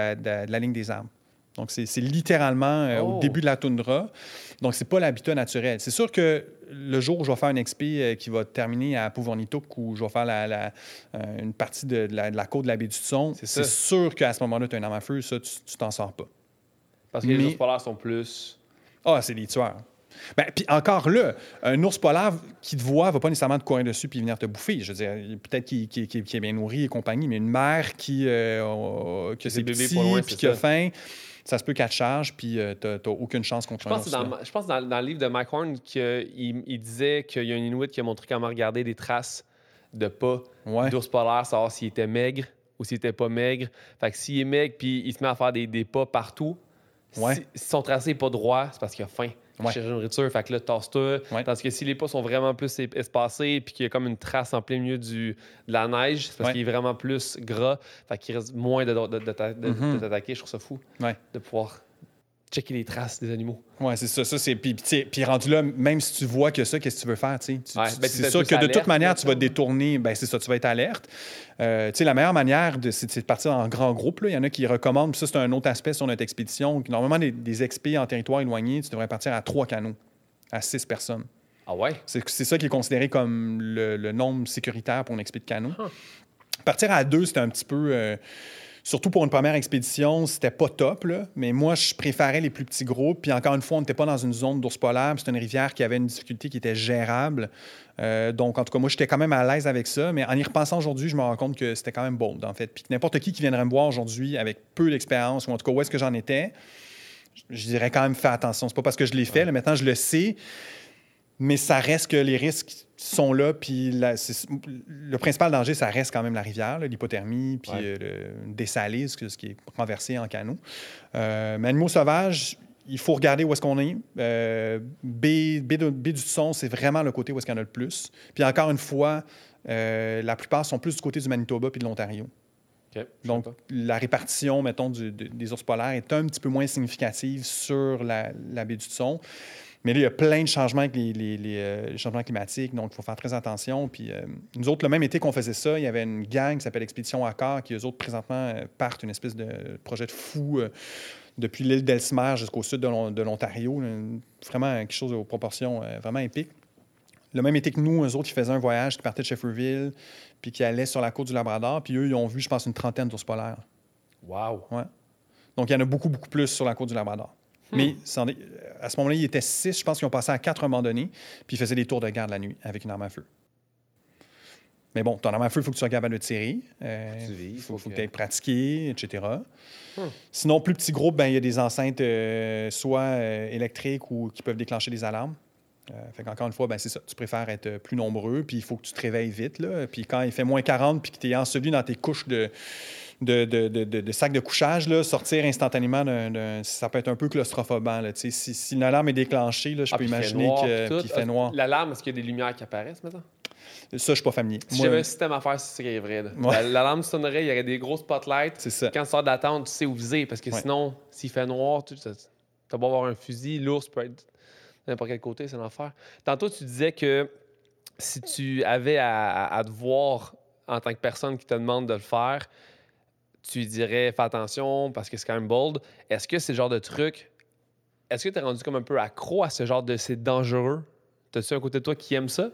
la ligne des arbres. Donc, c'est littéralement au début de la toundra. Donc, c'est pas l'habitat naturel. C'est sûr que le jour où je vais faire un expé qui va terminer à Puvornituk, où je vais faire une partie de la côte de la baie du Tson, c'est sûr qu'à ce moment-là, tu as une arme à feu. Ça, tu t'en sors pas. Parce que les ours polaires sont plus... Ah, c'est des tueurs. Ben, puis encore là, un ours polaire qui te voit va pas nécessairement te courir dessus puis venir te bouffer. Je veux dire, peut-être qu'il est bien nourri et compagnie, mais une mère qui a ses petits puis qui a faim, ça se peut qu'elle te charge puis t'as aucune chance contre un ours. Je pense que dans le livre de Mike Horn, il disait qu'il y a un Inuit qui a montré comment regarder des traces de pas d'ours polaire, savoir s'il était maigre ou s'il était pas maigre. Fait que s'il est maigre puis il se met à faire des pas partout, si son tracé n'est pas droit, c'est parce qu'il a faim. Il cherche une nourriture, fait que là, tasse-toi. Tandis que si les pas sont vraiment plus espacés puis qu'il y a comme une trace en plein milieu de la neige, c'est parce qu'il est vraiment plus gras, fait qu'il reste moins de t'attaquer. Je trouve ça fou de pouvoir checker les traces des animaux. Oui, c'est ça. Puis rendu là, même si tu vois que ça, qu'est-ce que tu veux faire? C'est sûr que de toute manière, tu vas te détourner. Ben, c'est ça, tu vas être alerte. La meilleure manière, c'est de partir en grand groupe. Il y en a qui recommandent, puis ça, c'est un autre aspect sur notre expédition. Normalement, des expés en territoire éloigné, tu devrais partir à 3 canots, à 6 personnes. Ah ouais? C'est ça qui est considéré comme le nombre sécuritaire pour une expé de canot. Partir à 2, c'était un petit peu... Surtout pour une première expédition, c'était pas top, là. Mais moi, je préférais les plus petits groupes. Puis encore une fois, on n'était pas dans une zone d'ours polaire. C'était une rivière qui avait une difficulté qui était gérable. Donc, en tout cas, moi, j'étais quand même à l'aise avec ça. Mais en y repensant aujourd'hui, je me rends compte que c'était quand même bold, en fait. Puis n'importe qui viendrait me voir aujourd'hui avec peu d'expérience, ou en tout cas, où est-ce que j'en étais, je dirais quand même, fais attention. C'est pas parce que je l'ai fait. Là, maintenant, je le sais. Mais ça reste que les risques sont là, puis le principal danger, ça reste quand même la rivière, là, l'hypothermie, puis le dessaler, ce qui est renversé en canot. Mais animaux sauvages, il faut regarder où est-ce qu'on est. Baie du Son, c'est vraiment le côté où est-ce qu'il y en a le plus. Puis encore une fois, la plupart sont plus du côté du Manitoba puis de l'Ontario. Okay, donc, la répartition, mettons, des ours polaires est un petit peu moins significative sur la baie du Son. Mais là, il y a plein de changements avec les changements climatiques, donc il faut faire très attention. Puis nous autres, le même été qu'on faisait ça, il y avait une gang qui s'appelle Expédition Accor, qui, eux autres, présentement, partent une espèce de projet de fou depuis l'île d'Elsmer jusqu'au sud de l'Ontario. Vraiment quelque chose aux proportions vraiment épiques. Le même été que nous, eux autres, ils faisaient un voyage qui partait de Shefferville, puis qui allait sur la côte du Labrador, puis eux, ils ont vu, je pense, une trentaine d'ours polaires. Wow! Ouais. Donc, il y en a beaucoup, beaucoup plus sur la côte du Labrador. Mais à ce moment-là, il était 6. Je pense qu'ils ont passé à 4 à un moment donné. Puis ils faisaient des tours de garde la nuit avec une arme à feu. Mais bon, ton arme à feu, il faut que tu sois capable de tirer. Il faut que tu aies pratiqué, etc. Sinon, plus petit groupe, il y a des enceintes soit électriques ou qui peuvent déclencher des alarmes. Fait qu'encore une fois, c'est ça. Tu préfères être plus nombreux, puis il faut que tu te réveilles vite. Là. Puis quand il fait moins 40 puis que tu es enseveli dans tes couches de sac de couchage, là, sortir instantanément, ça peut être un peu claustrophobant. Là, si une alarme est déclenchée, là, je peux imaginer qu'il fait noir. L'alarme, est-ce qu'il y a des lumières qui apparaissent maintenant? Ça, je suis pas familier. Si j'avais un système à faire, ce serait vrai. L'alarme sonnerait, il y aurait des gros spotlights. C'est ça. Quand tu sors d'attente, tu sais où viser. Parce que sinon, s'il fait noir, tu vas beau avoir un fusil, l'ours peut être de n'importe quel côté, c'est l'enfer. Tantôt, tu disais que si tu avais à te voir en tant que personne qui te demande de le faire, tu dirais fais attention parce que c'est quand même bold. Est-ce que c'est le genre de truc... Est-ce que tu es rendu comme un peu accro à ce genre de c'est dangereux? T'as-tu un côté de toi qui aime ça?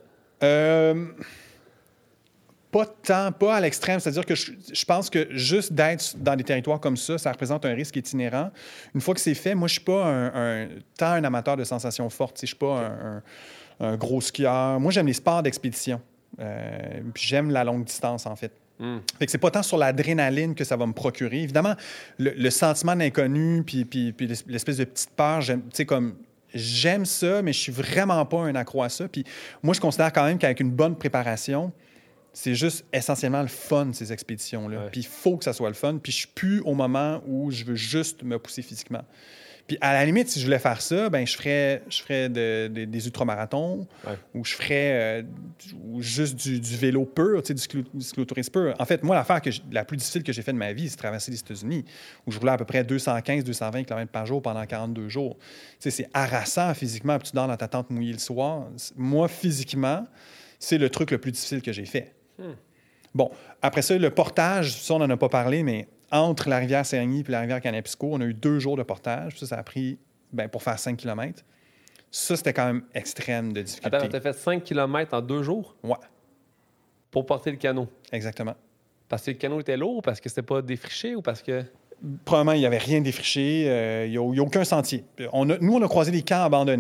Pas tant, pas à l'extrême. C'est-à-dire que je pense que juste d'être dans des territoires comme ça représente un risque itinérant. Une fois que c'est fait, moi, je suis pas tant un amateur de sensations fortes. Je suis pas un gros skieur. Moi, j'aime les sports d'expédition. Puis j'aime la longue distance, en fait. Fait que c'est pas tant sur l'adrénaline que ça va me procurer. Évidemment, le sentiment d'inconnu puis l'espèce de petite peur, j'aime ça, mais je suis vraiment pas un accro à ça. Puis moi, je considère quand même qu'avec une bonne préparation, c'est juste essentiellement le fun, ces expéditions-là. Puis il faut que ça soit le fun. Puis je suis plus au moment où je veux juste me pousser physiquement. Puis à la limite, si je voulais faire ça, je ferais des ultramarathons ou je ferais juste du vélo pur, du cyclotourisme pur. En fait, moi, l'affaire la plus difficile que j'ai faite de ma vie, c'est traverser les États-Unis, où je roulais à peu près 215-220 km par jour pendant 42 jours. C'est harassant physiquement, puis tu dors dans ta tente mouillée le soir. Moi, physiquement, c'est le truc le plus difficile que j'ai fait. Bon, après ça, le portage, ça, on n'en a pas parlé, mais entre la rivière Serigny et la rivière Kanapisco, on a eu 2 jours de portage. Ça a pris, pour faire 5 km. Ça, c'était quand même extrême de difficulté. Attends, tu as fait 5 km en 2 jours? Ouais. Pour porter le canot? Exactement. Parce que le canot était lourd ou parce que c'était pas défriché ou parce que... Probablement, il n'y avait rien défriché. Il n'y a aucun sentier. Nous, on a croisé des camps abandonnés.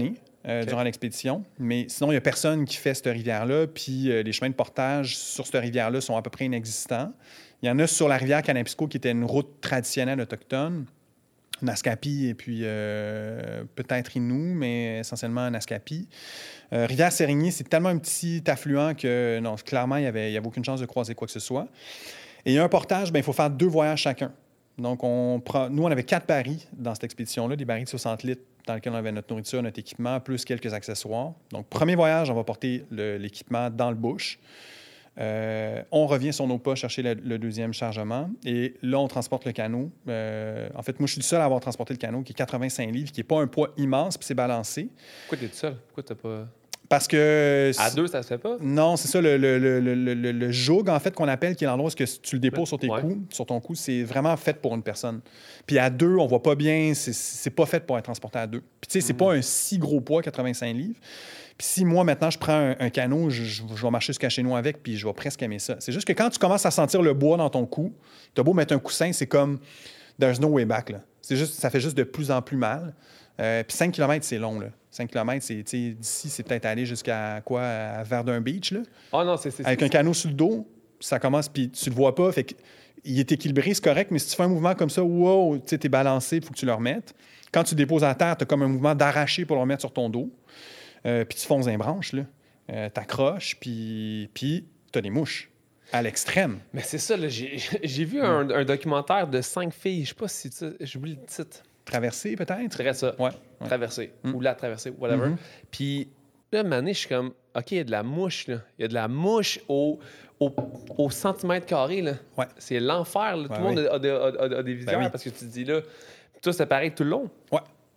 durant l'expédition. Mais sinon, il n'y a personne qui fait cette rivière-là. Puis les chemins de portage sur cette rivière-là sont à peu près inexistants. Il y en a sur la rivière Kanapisco qui était une route traditionnelle autochtone. Naskapi et puis peut-être Innu, mais essentiellement Naskapi. Rivière Sérigny, c'est tellement un petit affluent que non, clairement, il n'y avait aucune chance de croiser quoi que ce soit. Et il y a un portage, il faut faire 2 voyages chacun. Donc, nous, on avait 4 barils dans cette expédition-là, des barils de 60 litres dans lesquels on avait notre nourriture, notre équipement, plus quelques accessoires. Donc, premier voyage, on va porter l'équipement dans le bush. On revient sur nos pas chercher le deuxième chargement. Et là, on transporte le canot. En fait, moi, je suis le seul à avoir transporté le canot, qui est 85 livres, qui n'est pas un poids immense, puis c'est balancé. Pourquoi tu es tout seul? Pourquoi tu n'as pas... Parce que... À 2, ça se fait pas? Non, c'est ça, le joug, en fait, qu'on appelle, qui est l'endroit où tu le déposes sur sur ton cou, c'est vraiment fait pour une personne. Puis à 2, on voit pas bien, c'est pas fait pour être transporté à 2. Puis tu sais, c'est pas un si gros poids, 85 livres. Puis si moi, maintenant, je prends un canot, je vais marcher jusqu'à chez nous avec, puis je vais presque aimer ça. C'est juste que quand tu commences à sentir le bois dans ton cou, t'as beau mettre un coussin, c'est comme there's no way back, là. Ça fait juste de plus en plus mal. Puis 5 km, c'est long, là. 5 km, d'ici, c'est peut-être aller jusqu'à quoi? À Verdun Beach, là. Ah non, Avec un canot sur le dos, ça commence, puis tu le vois pas, fait qu'il est équilibré, c'est correct, mais si tu fais un mouvement comme ça, wow, tu sais, t'es balancé, il faut que tu le remettes. Quand tu déposes à terre, t'as comme un mouvement d'arracher pour le remettre sur ton dos. Puis tu fonces dans les branches, là. T'accroches, puis t'as des mouches à l'extrême. Mais c'est ça, là, j'ai vu un documentaire de 5 filles, je sais pas si j'oublie le titre. Traversée, peut-être? C'est ça. Ouais. Traversée. Ou la traversée, whatever. Puis là, à un moment donné, je suis comme, OK, il y a de la mouche, là. Il y a de la mouche au centimètre carré, là. Ouais. C'est l'enfer, là. Tout le monde a des visières parce que tu te dis, là, toi, c'est pareil tout le long. Ouais.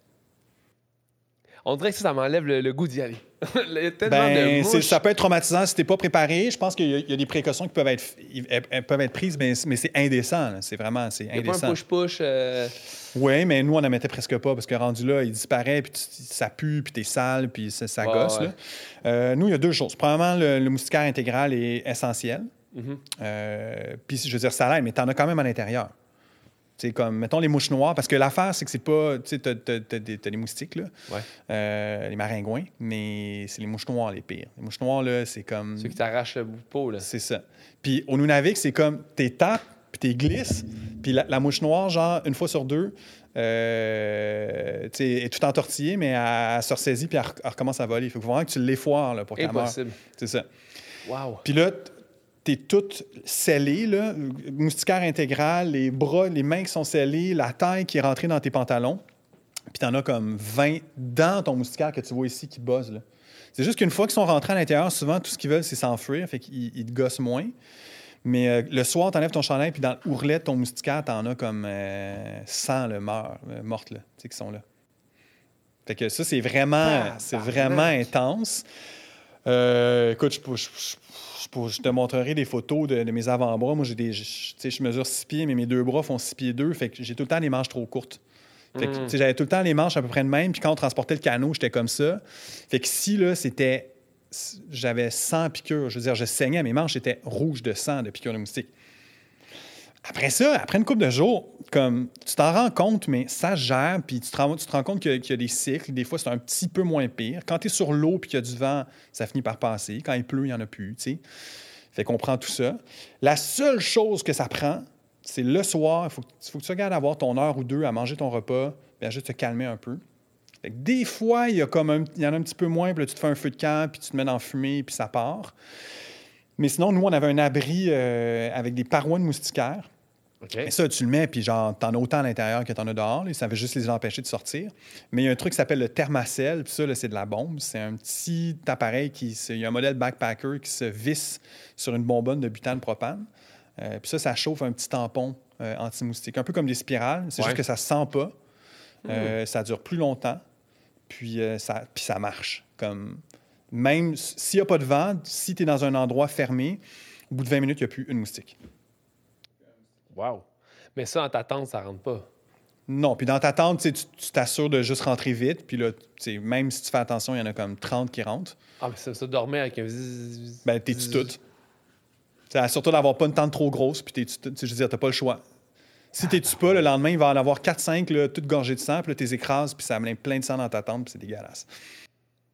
On dirait que ça m'enlève le goût d'y aller. Il y a tellement de mouches. Ça peut être traumatisant si t'es pas préparé. Je pense qu'il y a des précautions qui peuvent être prises, mais c'est indécent. Là. C'est indécent. Il n'y a pas un push-push. Oui, mais nous, on n'en mettait presque pas parce que rendu là, il disparaît, puis ça pue, puis t'es sale, puis ça gosse. Ouais. Là. Nous, il y a 2 choses. Premièrement, le moustiquaire intégral est essentiel. Mm-hmm. Puis, je veux dire, ça l'aide, mais t'en as quand même à l'intérieur. C'est comme, mettons, les mouches noires, parce que l'affaire, c'est que c'est pas... Tu sais, t'as des moustiques, là, les maringouins, mais c'est les mouches noires les pires. Les mouches noires, là, c'est comme... Ceux qui t'arrachent le bout de peau, là. C'est ça. Puis au Nunavik, c'est comme, t'es tapes, puis t'es glisses, puis la mouche noire, genre, une fois sur 2, est tout entortillée, mais elle se ressaisit, puis elle recommence à voler. Il faut vraiment que tu l'effoires, là, pour qu'elle meure. Impossible. C'est ça. Wow. Puis là... T'es toute scellée, là, moustiquaire intégral, les bras, les mains qui sont scellées, la taille qui est rentrée dans tes pantalons. Puis t'en as comme 20 dans ton moustiquaire que tu vois ici qui buzzent, là. C'est juste qu'une fois qu'ils sont rentrés à l'intérieur, souvent, tout ce qu'ils veulent, c'est s'enfuir, fait qu'ils te gossent moins. Mais le soir, t'enlèves ton chandail, puis dans l'ourlet de ton moustiquaire, t'en as comme 100 mortes, là, tu sais, qui sont là. Fait que ça, c'est vraiment intense. Écoute, je te montrerai des photos de mes avant-bras. Moi, je mesure 6 pieds, mais mes 2 bras font 6 pieds 2. Fait que j'ai tout le temps les manches trop courtes. Fait que, j'avais tout le temps les manches à peu près de même. Puis quand on transportait le canot, j'étais comme ça. Fait que ici, là, j'avais 100 piqûres. Je veux dire, je saignais. Mes manches étaient rouges de sang de piqûres de moustiques. Après ça, après une couple de jours, comme tu t'en rends compte, mais ça se gère, puis tu te rends compte qu'il y a des cycles. Des fois, c'est un petit peu moins pire. Quand tu es sur l'eau puis qu'il y a du vent, ça finit par passer. Quand il pleut, il n'y en a plus, tu sais. Fait qu'on prend tout ça. La seule chose que ça prend, c'est le soir, il faut que tu regardes avoir ton heure ou 2 à manger ton repas, puis à juste te calmer un peu. Fait que des fois, il y en a un petit peu moins, puis là, tu te fais un feu de camp, puis tu te mets dans la fumée, puis ça part. Mais sinon, nous, on avait un abri avec des parois de moustiquaires. Okay. Et ça, tu le mets, puis genre, t'en as autant à l'intérieur que t'en as dehors. Là, ça veut juste les empêcher de sortir. Mais il y a un truc qui s'appelle le Thermacell, puis ça, là, c'est de la bombe. C'est un petit appareil il y a un modèle backpacker qui se visse sur une bonbonne de butane propane. Puis ça chauffe un petit tampon anti-moustique. Un peu comme des spirales, c'est juste que ça ne se sent pas. Ça dure plus longtemps, puis ça marche. Comme... Même s'il n'y a pas de vent, si tu es dans un endroit fermé, au bout de 20 minutes, il n'y a plus une moustique. Wow. Mais ça, en ta tente, ça rentre pas. Non. Puis dans ta tente, tu t'assures de juste rentrer vite. Puis là, même si tu fais attention, il y en a comme 30 qui rentrent. Ah, mais ça dormait avec un... Ben, t'es-tu toute. Surtout d'avoir pas une tente trop grosse, puis je veux dire, t'as pas le choix. Si t'es-tu pas, le lendemain, il va en avoir 4-5, toutes gorgées de sang, puis là, t'es écrases, puis ça met plein de sang dans ta tente, puis c'est dégueulasse.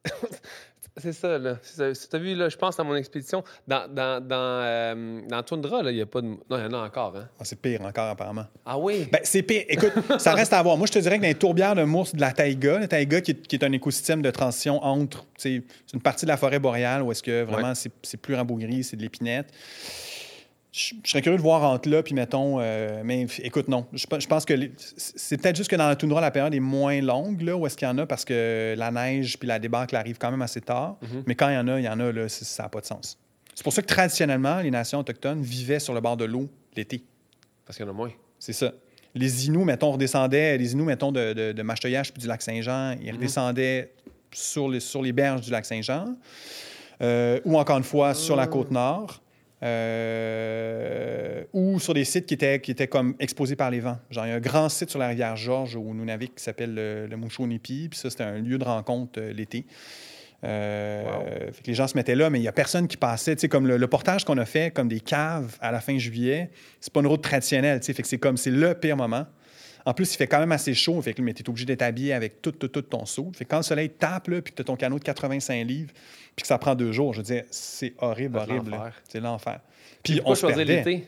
C'est ça, là. Si tu as vu, là, je pense à mon expédition, dans Toundra, il n'y a pas de... Non, il y en a encore, hein? Ah, c'est pire encore, apparemment. Ah oui? Ben, c'est pire. Écoute, ça reste à voir. Moi, je te dirais que dans les tourbières de mousse de la taïga, qui est un écosystème de transition entre... C'est une partie de la forêt boréale où est-ce que vraiment c'est plus rabougri, c'est de l'épinette. Je serais curieux de voir entre là, puis mettons... mais écoute, non. Je pense que c'est peut-être juste que dans la toundra, la période est moins longue, là, où est-ce qu'il y en a, parce que la neige puis la débâcle arrive quand même assez tard. Mm-hmm. Mais quand il y en a, là, ça n'a pas de sens. C'est pour ça que traditionnellement, les nations autochtones vivaient sur le bord de l'eau l'été. Parce qu'il y en a moins. C'est ça. Les Inuits, mettons, de Mastoyache puis du lac Saint-Jean, ils redescendaient sur les berges du lac Saint-Jean, ou encore une fois, sur la côte nord. Ou sur des sites qui étaient comme exposés par les vents. Genre, il y a un grand site sur la rivière Georges au Nunavik qui s'appelle le Mouchonipi, puis ça, c'était un lieu de rencontre l'été. Fait que les gens se mettaient là, mais il n'y a personne qui passait. Tu sais, comme le portage qu'on a fait, comme des caves à la fin juillet, c'est pas une route traditionnelle. Tu sais, fait que c'est le pire moment. En plus, il fait quand même assez chaud, fait que tu es obligé d'être habillé avec tout ton seau. Fait que quand le soleil tape, là, puis que tu as ton canot de 85 livres, puis que ça prend 2 jours, je veux dire, c'est horrible. C'est l'enfer. Puis on se perdait l'été?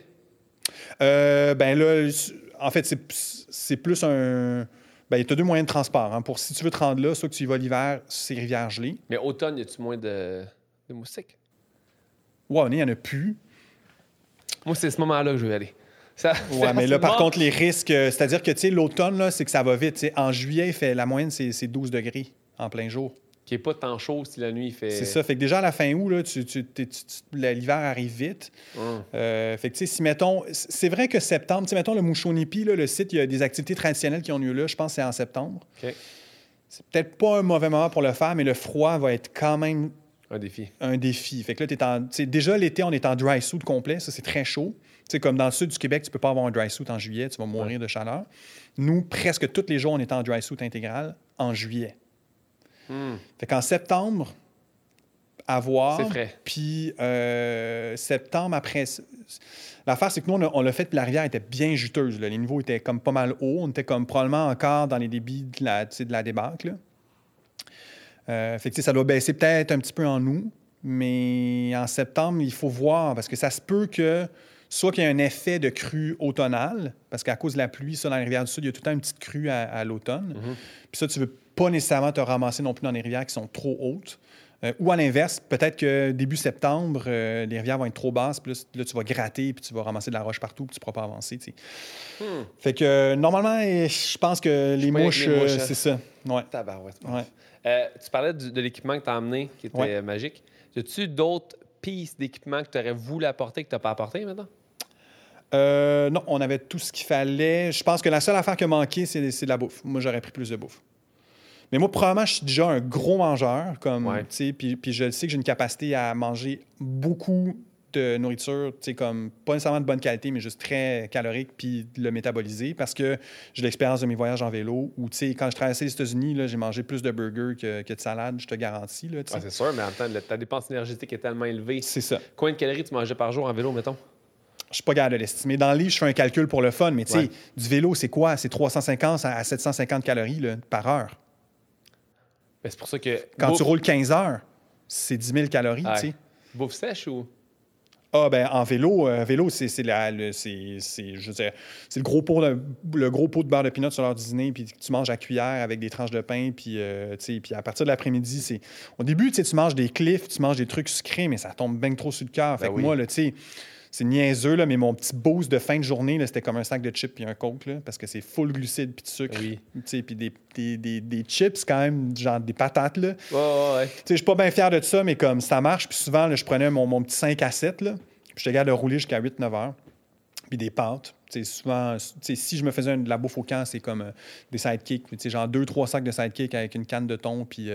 Ben là, en fait, c'est plus un... Ben, tu as 2 moyens de transport. Hein. Si tu veux te rendre là, soit que tu y vas l'hiver, c'est rivière gelée. Mais automne, y a-tu moins de moustiques? Ouais, il n'y en a plus. Moi, c'est ce moment-là que je vais aller. Oui, mais là, par contre, les risques, c'est-à-dire que, tu sais, l'automne, là, c'est que ça va vite. T'sais, en juillet, la moyenne, c'est 12 degrés en plein jour. Qui n'est pas tant chaud si la nuit, il fait... C'est ça. Fait que déjà, à la fin août, là, l'hiver arrive vite. Fait que, tu sais, si, mettons... C'est vrai que septembre, tu sais, mettons, le Mouchonipi, là, le site, il y a des activités traditionnelles qui ont lieu là. Je pense que c'est en septembre. OK. C'est peut-être pas un mauvais moment pour le faire, mais le froid va être quand même... Un défi. Fait que là, déjà, l'été, on est en dry suit complet. Ça, c'est très chaud. Tu sais, comme dans le sud du Québec, tu peux pas avoir un dry suit en juillet, tu vas mourir de chaleur. Nous, presque tous les jours, on est en dry suit intégral en juillet. Fait qu'en septembre, à voir. C'est frais. Puis septembre, après... L'affaire, c'est que nous, on l'a fait, puis la rivière était bien juteuse. Là. Les niveaux étaient comme pas mal hauts. On était comme probablement encore dans les débits de la débâcle. Fait que ça doit baisser peut-être un petit peu en août, mais en septembre, il faut voir, parce que ça se peut que soit qu'il y ait un effet de crue automnale, parce qu'à cause de la pluie, ça, dans les rivières du Sud, il y a tout le temps une petite crue à l'automne. Puis ça, tu ne veux pas nécessairement te ramasser non plus dans les rivières qui sont trop hautes. Ou à l'inverse, peut-être que début septembre, les rivières vont être trop basses, puis là, tu vas gratter, puis tu vas ramasser de la roche partout, puis tu ne pourras pas avancer. Fait que normalement, je pense que les mouches, c'est ça. Ouais. Tabarouette. Ouais. Tu parlais de l'équipement que tu as amené, qui était magique. Y a-tu d'autres pistes d'équipement que tu aurais voulu apporter que tu n'as pas apporté maintenant? Non, on avait tout ce qu'il fallait. Je pense que la seule affaire qui a manqué, c'est de la bouffe. Moi, j'aurais pris plus de bouffe. Mais moi, probablement, je suis déjà un gros mangeur, puis je sais que j'ai une capacité à manger beaucoup de nourriture, comme pas nécessairement de bonne qualité, mais juste très calorique, puis de le métaboliser, parce que j'ai l'expérience de mes voyages en vélo, où, quand je traversais les États-Unis, là, j'ai mangé plus de burgers que de salade, je te garantis. Là, c'est sûr, mais en même temps, ta dépense énergétique est tellement élevée. C'est ça. Combien de calories tu mangeais par jour en vélo, mettons? Je suis pas capable de l'estimer. Dans le livre, je fais un calcul pour le fun, mais du vélo, c'est quoi? C'est 350 à 750 calories là, par heure. Ben, c'est pour ça que... Quand tu roules 15 heures, c'est 10 000 calories, tu sais. Bouffe sèche ou... Ah, ben en vélo, c'est le gros pot de beurre de pinot sur l'heure du dîner, puis tu manges à cuillère avec des tranches de pain, puis à partir de l'après-midi, c'est... Au début, tu manges des cliffs, tu manges des trucs sucrés, mais ça tombe bien trop sur le cœur. Fait que moi, là, tu sais... C'est niaiseux, là, mais mon petit boost de fin de journée, là, c'était comme un sac de chips puis un Coke, là, parce que c'est full glucides puis de sucre. Puis des chips, quand même, genre des patates. Là. Je suis pas bien fier de ça, mais comme ça marche. Puis souvent, là, je prenais mon petit 5 à 7, là, puis j'étais capable de rouler jusqu'à 8-9 heures. Puis des pâtes. Souvent, si je me faisais de la bouffe au camp, c'est comme des sidekicks. Genre 2-3 sacs de sidekicks avec une canne de thon, puis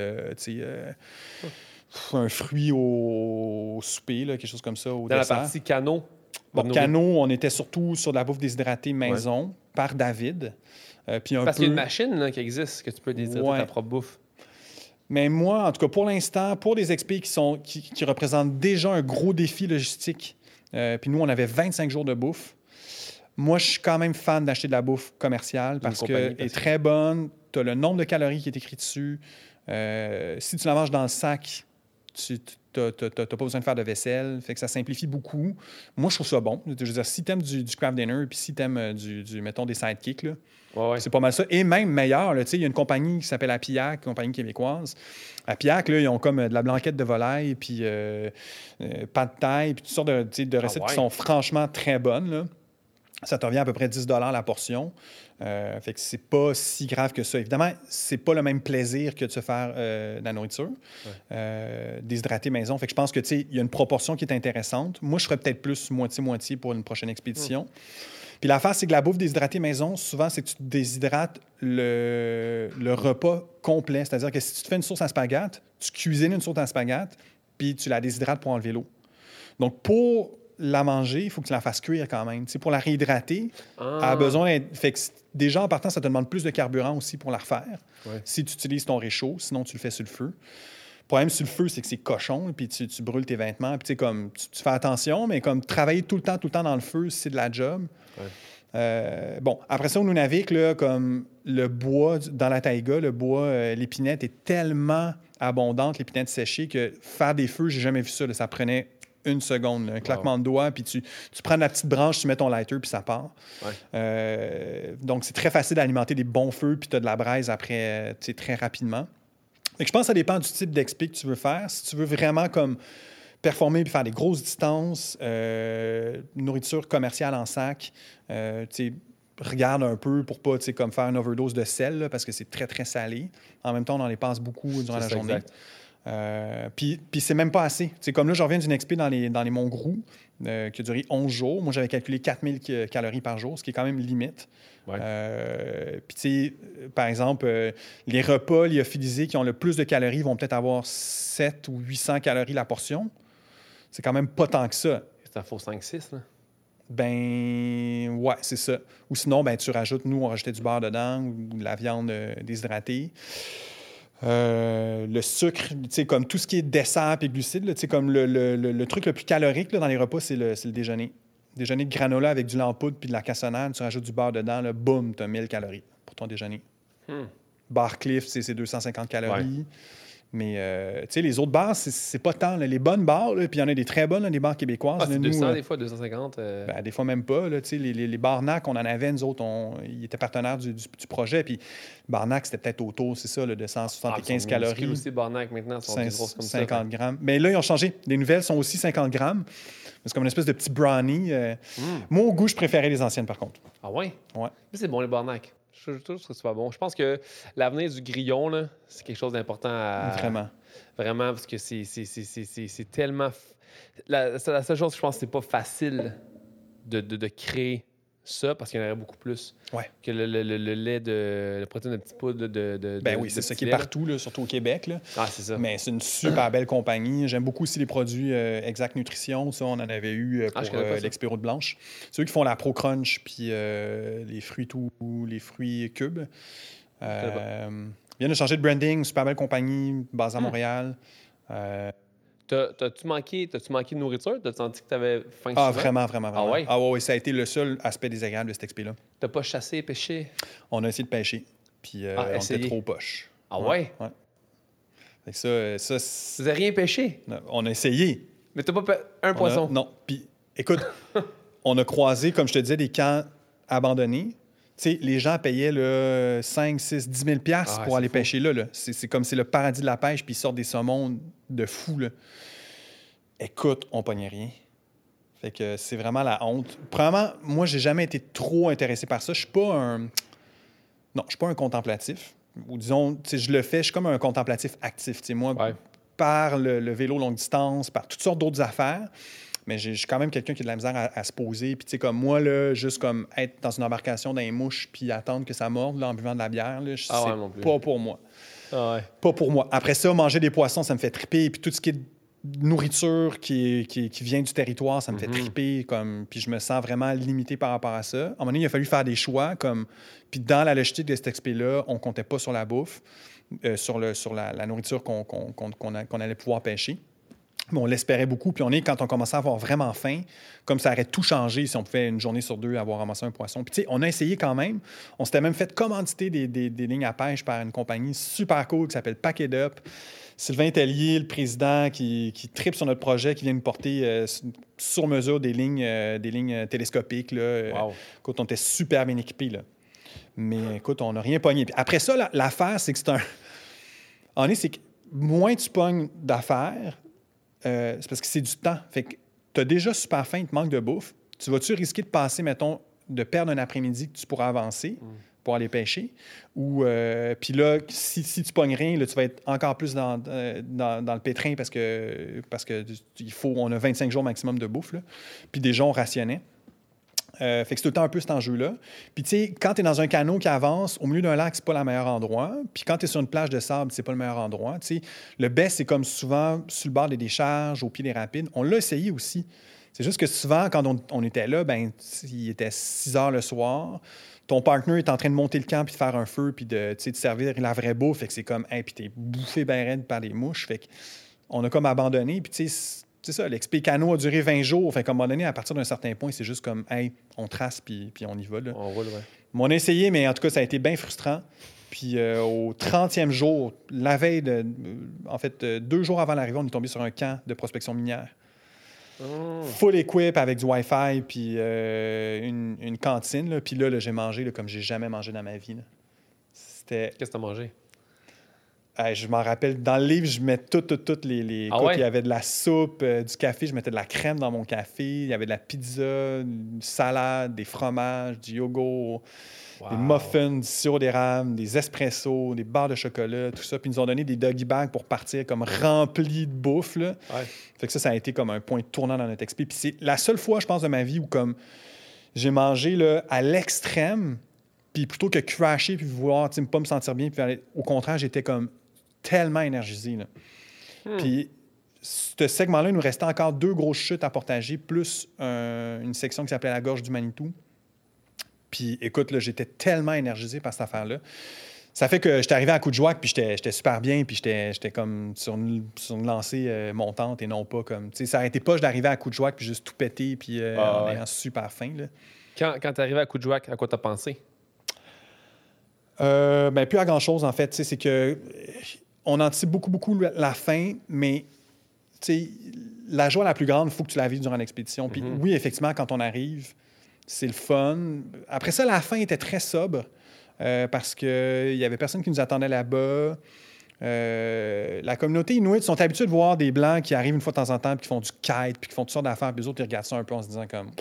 un fruit au souper, là, quelque chose comme ça. Au Dans dessert. La partie canot? Canot, on était surtout sur de la bouffe déshydratée maison par David. Parce qu'il y a une machine là, qui existe, que tu peux déshydrater ta propre bouffe. Mais moi, en tout cas, pour l'instant, pour des expés qui représentent déjà un gros défi logistique, puis nous, on avait 25 jours de bouffe. Moi, je suis quand même fan d'acheter de la bouffe commerciale parce qu'elle est très bonne. Tu as le nombre de calories qui est écrit dessus. Si tu la manges dans le sac, tu n'as pas besoin de faire de vaisselle. Fait que ça simplifie beaucoup. Moi, je trouve ça bon. Je veux dire, si tu aimes du craft dinner puis si tu aimes mettons, des sidekicks, là, c'est pas mal ça. Et même meilleur, il y a une compagnie qui s'appelle Apiac, une compagnie québécoise. Apiac, là, ils ont comme de la blanquette de volaille, puis pas de taille, puis toutes sortes de recettes qui sont franchement très bonnes. Là. Ça te revient à peu près 10 $ la portion. Fait que c'est pas si grave que ça. Évidemment, c'est pas le même plaisir que de se faire de la nourriture. Déshydrater maison. Fait que je pense que il y a une proportion qui est intéressante. Moi, je ferais peut-être plus moitié-moitié pour une prochaine expédition. Puis l'affaire, c'est que la bouffe déshydratée maison, souvent, c'est que tu déshydrates le repas complet. C'est-à-dire que si tu te fais une sauce à spaghetti, tu cuisines une sauce à spaghetti, puis tu la déshydrates pour enlever l'eau. Donc, pour la manger, il faut que tu la fasses cuire quand même. Pour la réhydrater, elle a besoin d'être... Fait que déjà, en partant, ça te demande plus de carburant aussi pour la refaire. Si tu utilises ton réchaud, sinon tu le fais sur le feu. Le problème sur le feu, c'est que c'est cochon, puis tu brûles tes vêtements, puis comme tu fais attention, mais comme travailler tout le temps dans le feu, c'est de la job. Bon, après ça, au Nunavik, là, comme le bois dans la taïga, le bois, l'épinette est tellement abondante, l'épinette séchée, que faire des feux, j'ai jamais vu ça. Là, ça prenait 1 seconde, là, un claquement de doigts, puis tu prends la petite branche, tu mets ton lighter, puis ça part. Donc, c'est très facile d'alimenter des bons feux, puis tu as de la braise après, très rapidement. Fait que je pense que ça dépend du type d'expé que tu veux faire. Si tu veux vraiment comme performer puis faire des grosses distances, nourriture commerciale en sac, regarde un peu pour pas comme faire une overdose de sel, là, parce que c'est très, très salé. En même temps, on en dépense beaucoup durant la journée. Puis c'est même pas assez. T'sais, comme là, je reviens d'une expé dans les Monts Groux qui a duré 11 jours. Moi, j'avais calculé 4000 calories par jour, ce qui est quand même limite. Puis, tu sais, par exemple, les repas lyophilisés qui ont le plus de calories vont peut-être avoir 7 ou 800 calories la portion. C'est quand même pas tant que ça. Ça faut 5-6, là? Ben, ouais, c'est ça. Ou sinon, ben, tu rajoutes, nous, on rajoutait du beurre dedans ou de la viande déshydratée. Le sucre, tu sais, comme tout ce qui est dessert et glucides, tu sais, comme le truc le plus calorique là, dans les repas, c'est le déjeuner. Déjeuner de granola avec du lait en poudre puis de la cassonade, tu rajoutes du beurre dedans, là, boum, tu as 1000 calories pour ton déjeuner. Bar Cliff, c'est 250 calories. Mais, tu sais, les autres bars, c'est pas tant. Là. Les bonnes bars, puis il y en a des très bonnes, là, des bars québécoises. C'est 200 des fois, 250. Ben, des fois, même pas. Là, les Barnac, on en avait, nous autres, ils étaient partenaires du projet. Puis Barnac, c'était peut-être autour, c'est ça, là, de 175 calories. Aussi, Barnac, maintenant, sont des grosses comme 50 grammes. Mais là, ils ont changé. Les nouvelles sont aussi 50 grammes. C'est comme une espèce de petit brownie. Moi, au goût, je préférais les anciennes, par contre. Ah ouais? Ouais. Mais c'est bon, les Barnac. Je trouve que c'est pas bon. Je pense que l'avenir du grillon, là, c'est quelque chose d'important à... Vraiment, parce que c'est tellement... La seule chose que je pense, c'est pas facile de créer ça, parce qu'il y en aurait beaucoup plus que le lait de... la protéine de petite poudre Ben oui, c'est ça qui est partout, là, surtout au Québec. Là. Ah, c'est ça. Mais c'est une super belle compagnie. J'aime beaucoup aussi les produits Exact Nutrition. Ça, on en avait eu pour l'Expéro de Blanche. C'est eux qui font la Pro Crunch puis les fruits cubes. Viennent de changer de branding, super belle compagnie, basée à Montréal. T'as-tu manqué de nourriture? T'as senti que t'avais faim? Ah, vraiment. Ah ouais? Ah ouais, ça a été le seul aspect désagréable de cette expé-là. T'as pas chassé, pêché? On a essayé de pêcher, puis on était trop poche. Ah ouais? Ouais. Fait que ça vous avez rien pêché? On a essayé. Mais t'as pas un poisson? Non. Puis, écoute, on a croisé, comme je te disais, des camps abandonnés. Tu sais, les gens payaient là, 5, 6, 10 000 $ pour aller pêcher là. C'est comme c'est le paradis de la pêche, puis ils sortent des saumons de fou. Là. Écoute, on pognait rien. Fait que c'est vraiment la honte. Premièrement, moi, j'ai jamais été trop intéressé par ça. Je suis pas un contemplatif. Ou disons, je le fais, je suis comme un contemplatif actif. Moi, par le vélo longue distance, par toutes sortes d'autres affaires. Mais je suis quand même quelqu'un qui a de la misère à se poser. Puis, tu sais, comme moi, là, juste comme être dans une embarcation dans les mouches puis attendre que ça morde là, en buvant de la bière, là, c'est pas pour moi. Pas pour moi. Après ça, manger des poissons, ça me fait triper. Puis tout ce qui est nourriture qui vient du territoire, ça me fait triper. Puis je me sens vraiment limité par rapport à ça. À un moment donné, il a fallu faire des choix. Puis dans la logistique de cet expé-là, on comptait pas sur la bouffe, sur la nourriture qu'on allait pouvoir pêcher. Mais on l'espérait beaucoup. Puis quand on commençait à avoir vraiment faim, comme ça aurait tout changé si on pouvait une journée sur 2 avoir ramassé un poisson. Puis tu sais, on a essayé quand même. On s'était même fait commanditer des lignes à pêche par une compagnie super cool qui s'appelle Pack It Up. Sylvain Tellier, le président, qui tripe sur notre projet, qui vient nous porter sur mesure des lignes télescopiques. Là. Wow. Écoute, on était super bien équipés. Là. Mais écoute, on n'a rien pogné. Puis après ça, l'affaire, c'est que c'est un... c'est que moins tu pognes d'affaires, c'est parce que c'est du temps. Fait que tu as déjà super faim, il te manque de bouffe. Tu vas-tu risquer de passer, mettons, de perdre un après-midi que tu pourras avancer pour aller pêcher? Ou, puis là, si tu pognes rien, là, tu vas être encore plus dans le pétrin parce que on a 25 jours maximum de bouffe. Là. Puis déjà, on rationnait. Fait que c'est tout le temps un peu cet enjeu-là. Puis, tu sais, quand tu es dans un canot qui avance, au milieu d'un lac, c'est pas le meilleur endroit. Puis, quand tu es sur une plage de sable, c'est pas le meilleur endroit. Tu sais, le baie, c'est comme souvent sur le bord des décharges, au pied des rapides. On l'a essayé aussi. C'est juste que souvent, quand on était là, ben il était 6 heures le soir. Ton partner est en train de monter le camp puis de faire un feu puis de servir la vraie bouffe. Fait que c'est comme, hey, puis t'es bouffé ben raide par des mouches. Fait qu'on a comme abandonné. Puis, tu sais, c'est ça, l'expé canot a duré 20 jours. Fait qu'à un moment donné, à partir d'un certain point, c'est juste comme, hey, on trace, puis on y va. Là. On roule, ouais. Mais on a essayé, mais en tout cas, ça a été bien frustrant. Puis au 30e jour, la veille, 2 jours avant l'arrivée, on est tombé sur un camp de prospection minière. Full equip avec du Wi-Fi, puis une cantine. Là. Puis là, j'ai mangé là, comme j'ai jamais mangé dans ma vie. Là. C'était... Qu'est-ce que t'as mangé? Je m'en rappelle, dans le livre, je mets toutes les Ah écoute, ouais? il y avait de la soupe, du café, je mettais de la crème dans mon café, il y avait de la pizza, une salade, des fromages, du yogourt, des muffins, du sirop d'érable, des espressos, des barres de chocolat, tout ça. Puis ils nous ont donné des doggy bags pour partir comme remplis de bouffe. Là. Ouais. Fait que ça a été comme un point tournant dans notre expé. Puis c'est la seule fois, je pense, de ma vie où comme j'ai mangé là, à l'extrême, puis plutôt que crasher puis vouloir ne pas me sentir bien, puis au contraire, j'étais comme tellement énergisé. Là. Puis, ce segment-là, il nous restait encore 2 grosses chutes à portager, plus une section qui s'appelait la Gorge du Manitou. Puis, écoute, là, j'étais tellement énergisé par cette affaire-là. Ça fait que j'étais arrivé à Coudjouac, puis j'étais super bien, puis j'étais comme sur une lancée montante et non pas comme... Tu sais, ça n'arrêtait pas d'arriver à Coudjouac, puis juste tout péter, puis en ayant super faim. Là. Quand t'es arrivé à Coudjouac, à quoi t'as pensé? Ben, plus à grand-chose, en fait. Tu sais, c'est que... On anticipe beaucoup la fin, mais la joie la plus grande, il faut que tu la vives durant l'expédition. Puis oui, effectivement, quand on arrive, c'est le fun. Après ça, la fin était très sobre parce qu'il n'y avait personne qui nous attendait là-bas. La communauté Inuit sont habitués de voir des Blancs qui arrivent une fois de temps en temps puis qui font du kite puis qui font toutes sortes d'affaires. Puis les autres, ils regardent ça un peu en se disant comme...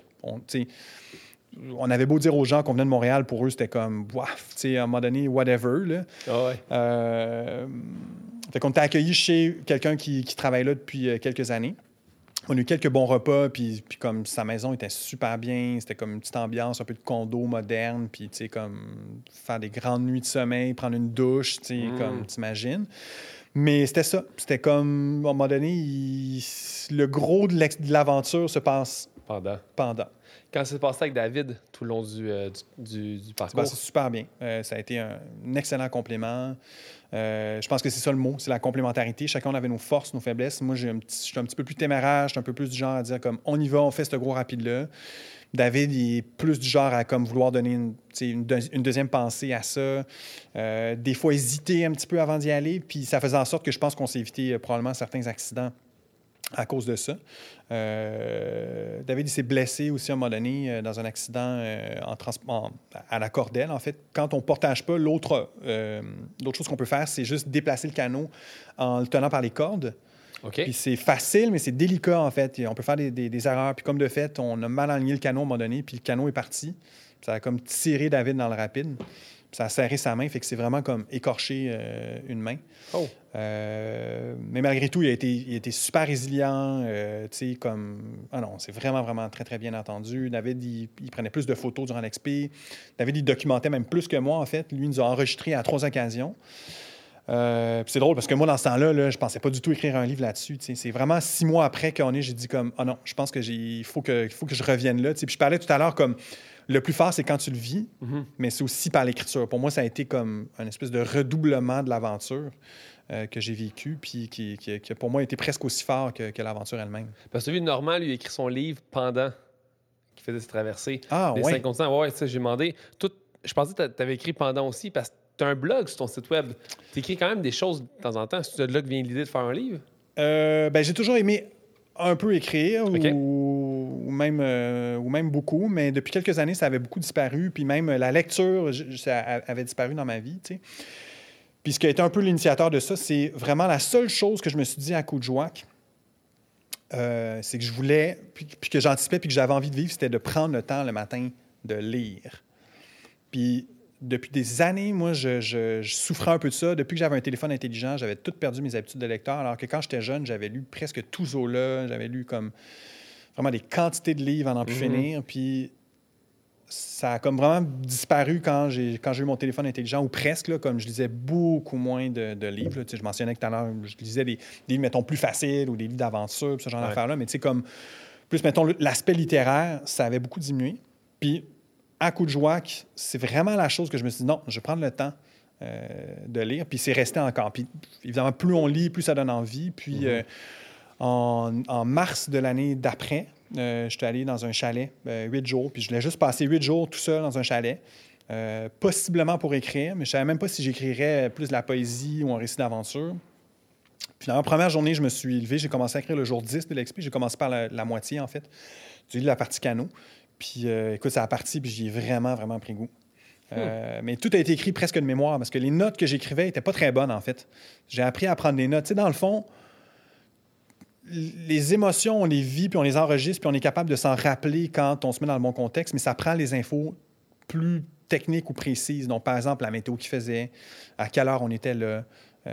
On avait beau dire aux gens qu'on venait de Montréal, pour eux, c'était comme, waf, tu sais, à un moment donné, whatever. Là. Ah ouais. Fait qu'on était accueillis chez quelqu'un qui travaille là depuis quelques années. On a eu quelques bons repas, puis comme sa maison était super bien, c'était comme une petite ambiance, un peu de condo moderne, puis tu sais, comme faire des grandes nuits de sommeil, prendre une douche, tu sais, comme t'imagines. Mais c'était ça. C'était comme, à un moment donné, le gros de l'aventure se passe pendant. Quand ça s'est passé avec David tout le long du parcours? C'est super bien. Ça a été un excellent complément. Je pense que c'est ça le mot, c'est la complémentarité. Chacun avait nos forces, nos faiblesses. Moi, je suis un petit peu plus téméraire, je suis un peu plus du genre à dire comme on y va, on fait ce gros rapide-là. David, il est plus du genre à comme vouloir donner une deuxième pensée à ça. Des fois, hésiter un petit peu avant d'y aller. Puis ça faisait en sorte que je pense qu'on s'est évité probablement certains accidents à cause de ça. David, il s'est blessé aussi à un moment donné dans un accident à la cordelle. En fait, quand on ne portage pas, l'autre chose qu'on peut faire, c'est juste déplacer le canot en le tenant par les cordes. Okay. Puis c'est facile, mais c'est délicat, en fait. Et on peut faire des erreurs. Puis comme de fait, on a mal aligné le canot à un moment donné, puis le canot est parti. Ça a comme tiré David dans le rapide. Puis ça a serré sa main, fait que c'est vraiment comme écorché une main. Oh. Mais malgré tout, il a été super résilient. Tu sais, comme... Ah non, c'est vraiment très, très bien entendu. David, il prenait plus de photos durant l'expé. David, il documentait même plus que moi, en fait. Lui, il nous a enregistrés à 3 occasions. C'est drôle parce que moi, dans ce temps-là, là, je pensais pas du tout écrire un livre là-dessus. C'est vraiment 6 mois après j'ai dit comme, non, je pense il faut que je revienne là. Puis je parlais tout à l'heure comme, le plus fort, c'est quand tu le vis, mais c'est aussi par l'écriture. Pour moi, ça a été comme un espèce de redoublement de l'aventure que j'ai vécu, puis qui pour moi a été presque aussi fort que l'aventure elle-même. Parce que tu as vu, Normand, lui, a écrit son livre pendant qu'il faisait ses traversées des ouais. 5 continents. Ouais, ça, j'ai demandé. Je pensais que tu avais écrit pendant aussi, parce que tu as un blog sur ton site web. Tu écris quand même des choses de temps en temps. C'est de là que vient l'idée de faire un livre? J'ai toujours aimé un peu écrire OK. ou même beaucoup, mais depuis quelques années, ça avait beaucoup disparu. Puis même la lecture, ça avait disparu dans ma vie, tu sais. Puis ce qui a été un peu l'initiateur de ça, c'est vraiment la seule chose que je me suis dit à coup de joie, c'est que je voulais, puis que j'anticipais, puis que j'avais envie de vivre, c'était de prendre le temps le matin de lire. Puis depuis des années, moi, je souffrais un peu de ça. Depuis que j'avais un téléphone intelligent, j'avais tout perdu mes habitudes de lecteur, alors que quand j'étais jeune, j'avais lu presque tout Zola, j'avais lu comme vraiment des quantités de livres à n'en plus finir, puis ça a comme vraiment disparu quand j'ai eu mon téléphone intelligent, ou presque, là, comme je lisais beaucoup moins de livres. Là. Tu sais, je mentionnais que tout à l'heure, je lisais des livres, mettons, plus faciles ou des livres d'aventure, ce genre d'affaires-là, mais tu sais, comme plus, mettons, l'aspect littéraire, ça avait beaucoup diminué. Puis, à coup de joie, c'est vraiment la chose que je me suis dit, non, je vais prendre le temps de lire, puis c'est resté encore. Puis, évidemment, plus on lit, plus ça donne envie. Puis, en mars de l'année d'après, je suis allé dans un chalet 8 jours, puis je voulais juste passer 8 jours tout seul dans un chalet, possiblement pour écrire, mais je ne savais même pas si j'écrirais plus de la poésie ou un récit d'aventure. Puis dans la première journée, je me suis levé, j'ai commencé à écrire le jour 10 de l'expé. J'ai commencé par la moitié, en fait, de la partie canot. Puis écoute, c'est la partie, puis j'y ai vraiment, vraiment pris goût. Mais tout a été écrit presque de mémoire, parce que les notes que j'écrivais n'étaient pas très bonnes, en fait. J'ai appris à prendre des notes. Tu sais, dans le fond, les émotions, on les vit, puis on les enregistre, puis on est capable de s'en rappeler quand on se met dans le bon contexte, mais ça prend les infos plus techniques ou précises. Donc, par exemple, la météo qu'il faisait, à quelle heure on était là,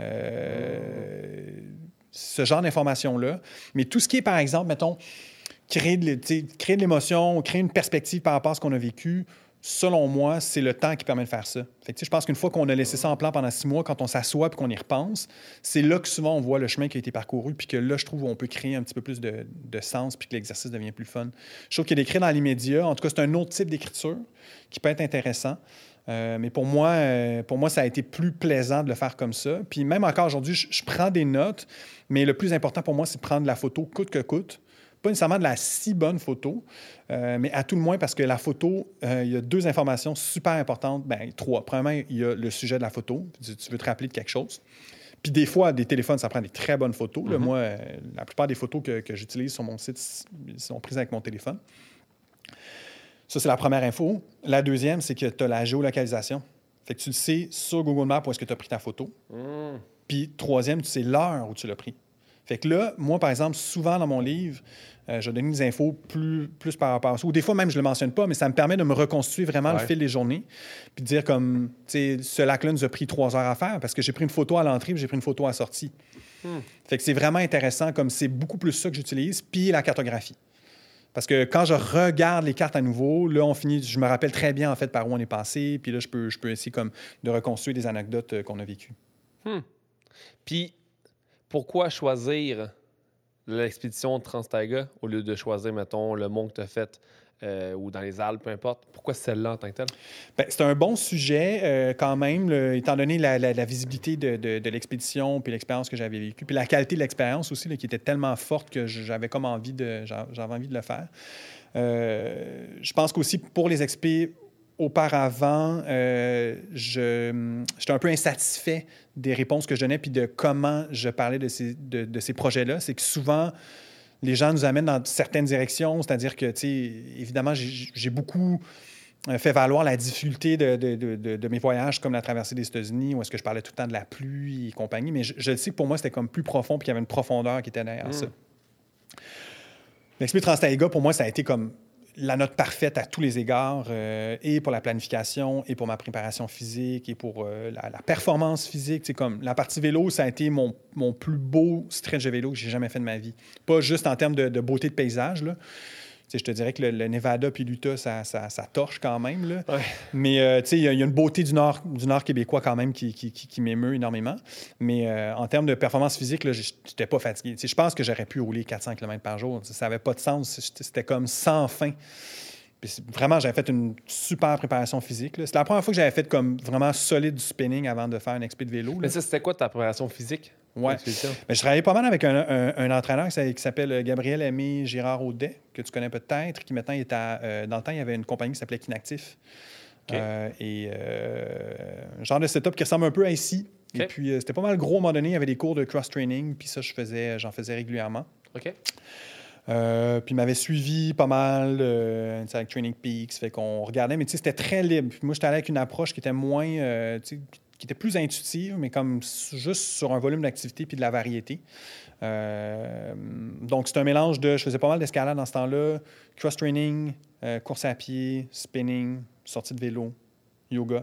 ce genre d'informations-là. Mais tout ce qui est, par exemple, mettons, créer de l'émotion, créer une perspective par rapport à ce qu'on a vécu, selon moi, c'est le temps qui permet de faire ça. Fait que, je pense qu'une fois qu'on a laissé ça en plan pendant 6 mois, quand on s'assoit et qu'on y repense, c'est là que souvent on voit le chemin qui a été parcouru, puis que là, je trouve on peut créer un petit peu plus de sens, puis que l'exercice devient plus fun. Je trouve que d'écrire dans l'immédiat, en tout cas, c'est un autre type d'écriture qui peut être intéressant. Mais pour moi, ça a été plus plaisant de le faire comme ça. Puis même encore aujourd'hui, je prends des notes, mais le plus important pour moi, c'est de prendre la photo coûte que coûte. Pas nécessairement de la si bonne photo, mais à tout le moins parce que la photo, il y a 2 informations super importantes. Bien, 3. Premièrement, il y a le sujet de la photo. Tu veux te rappeler de quelque chose. Puis des fois, des téléphones, ça prend des très bonnes photos. Là, moi, la plupart des photos que j'utilise sur mon site sont prises avec mon téléphone. Ça, c'est la première info. La deuxième, c'est que tu as la géolocalisation. Fait que tu le sais sur Google Maps où est-ce que tu as pris ta photo. Puis troisième, tu sais l'heure où tu l'as pris. Fait que là, moi, par exemple, souvent dans mon livre, je donne des infos plus par rapport à ça. Ou des fois, même, je ne le mentionne pas, mais ça me permet de me reconstruire vraiment le fil des journées. Puis de dire comme, tu sais, ce lac-là nous a pris 3 heures à faire parce que j'ai pris une photo à l'entrée puis j'ai pris une photo à la sortie. Fait que c'est vraiment intéressant, comme c'est beaucoup plus ça que j'utilise. Puis la cartographie. Parce que quand je regarde les cartes à nouveau, là, je me rappelle très bien, en fait, par où on est passé. Puis là, je peux essayer comme de reconstruire des anecdotes qu'on a vécues. Puis, pourquoi choisir l'expédition de Trans-Taiga au lieu de choisir, mettons, le mont que tu as fait ou dans les Alpes, peu importe? Pourquoi celle-là en tant que telle? Bien, c'est un bon sujet quand même, étant donné la visibilité de l'expédition puis l'expérience que j'avais vécue, puis la qualité de l'expérience aussi, là, qui était tellement forte que j'avais envie de le faire. Je pense qu'aussi pour les expés, auparavant, j'étais un peu insatisfait des réponses que je donnais puis de comment je parlais de ces projets-là. C'est que souvent, les gens nous amènent dans certaines directions, c'est-à-dire que, tu sais, évidemment, j'ai beaucoup fait valoir la difficulté de mes voyages, comme la traversée des États-Unis, où est-ce que je parlais tout le temps de la pluie et compagnie, mais je sais que pour moi, c'était comme plus profond puis qu'il y avait une profondeur qui était derrière ça. L'expé Trans-Taiga, pour moi, ça a été comme la note parfaite à tous les égards, et pour la planification, et pour ma préparation physique, et pour la performance physique. C'est comme la partie vélo, ça a été mon plus beau stretch de vélo que j'ai jamais fait de ma vie. Pas juste en termes de beauté de paysage, là. je te dirais que le Nevada puis l'Utah, ça torche quand même. Là. Ouais. Mais il y a une beauté du nord québécois quand même qui m'émeut énormément. Mais en termes de performance physique, je n'étais pas fatigué. Je pense que j'aurais pu rouler 400 km par jour. Ça n'avait pas de sens. C'était comme sans fin. Puis vraiment, j'avais fait une super préparation physique. C'est la première fois que j'avais fait comme vraiment solide du spinning avant de faire un expé de vélo. Là. Mais ça, c'était quoi ta préparation physique? Ouais. Mais je travaillais pas mal avec un entraîneur qui s'appelle Gabriel Aimé Girard-Audet, que tu connais peut-être, qui maintenant est dans le temps, il y avait une compagnie qui s'appelait Kinactif. Okay. Un genre de setup qui ressemble un peu à ici. Okay. Et puis, c'était pas mal gros à un moment donné. Il y avait des cours de cross-training, puis ça, j'en faisais régulièrement. OK. Puis il m'avait suivi pas mal avec Training Peaks, fait qu'on regardait, mais c'était très libre. Puis moi, j'étais allé avec une approche qui était moins, qui était plus intuitive, mais comme juste sur un volume d'activité puis de la variété. Donc, c'est un mélange je faisais pas mal d'escalade dans ce temps-là, cross-training, course à pied, spinning, sortie de vélo, yoga.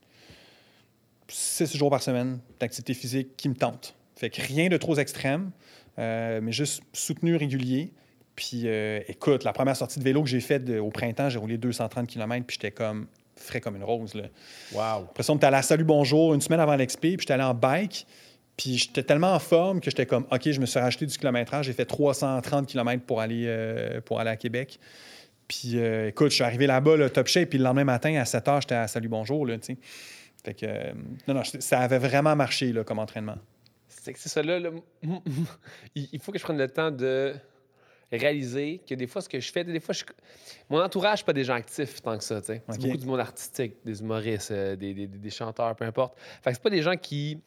6 jours par semaine d'activité physique qui me tente. Fait que rien de trop extrême, mais juste soutenu, régulier. Puis, écoute, la première sortie de vélo que j'ai faite au printemps, j'ai roulé 230 km, puis j'étais comme frais comme une rose. Là. Wow! Après ça, on était allé à Salut Bonjour une semaine avant l'expé, puis j'étais allé en bike, puis j'étais tellement en forme que j'étais comme, OK, je me suis rajouté du kilométrage, j'ai fait 330 km pour aller à Québec. Puis, écoute, je suis arrivé là-bas, là, top shape, puis le lendemain matin, à 7 h, j'étais à Salut Bonjour, là, tu sais. Fait que, non, ça avait vraiment marché, là, comme entraînement. C'est ça, là, il faut que je prenne le temps de réaliser que des fois, ce que je fais, des fois, mon entourage, pas des gens actifs tant que ça, tu sais. C'est beaucoup du monde artistique, des humoristes, des chanteurs, peu importe. Fait que c'est pas des gens qui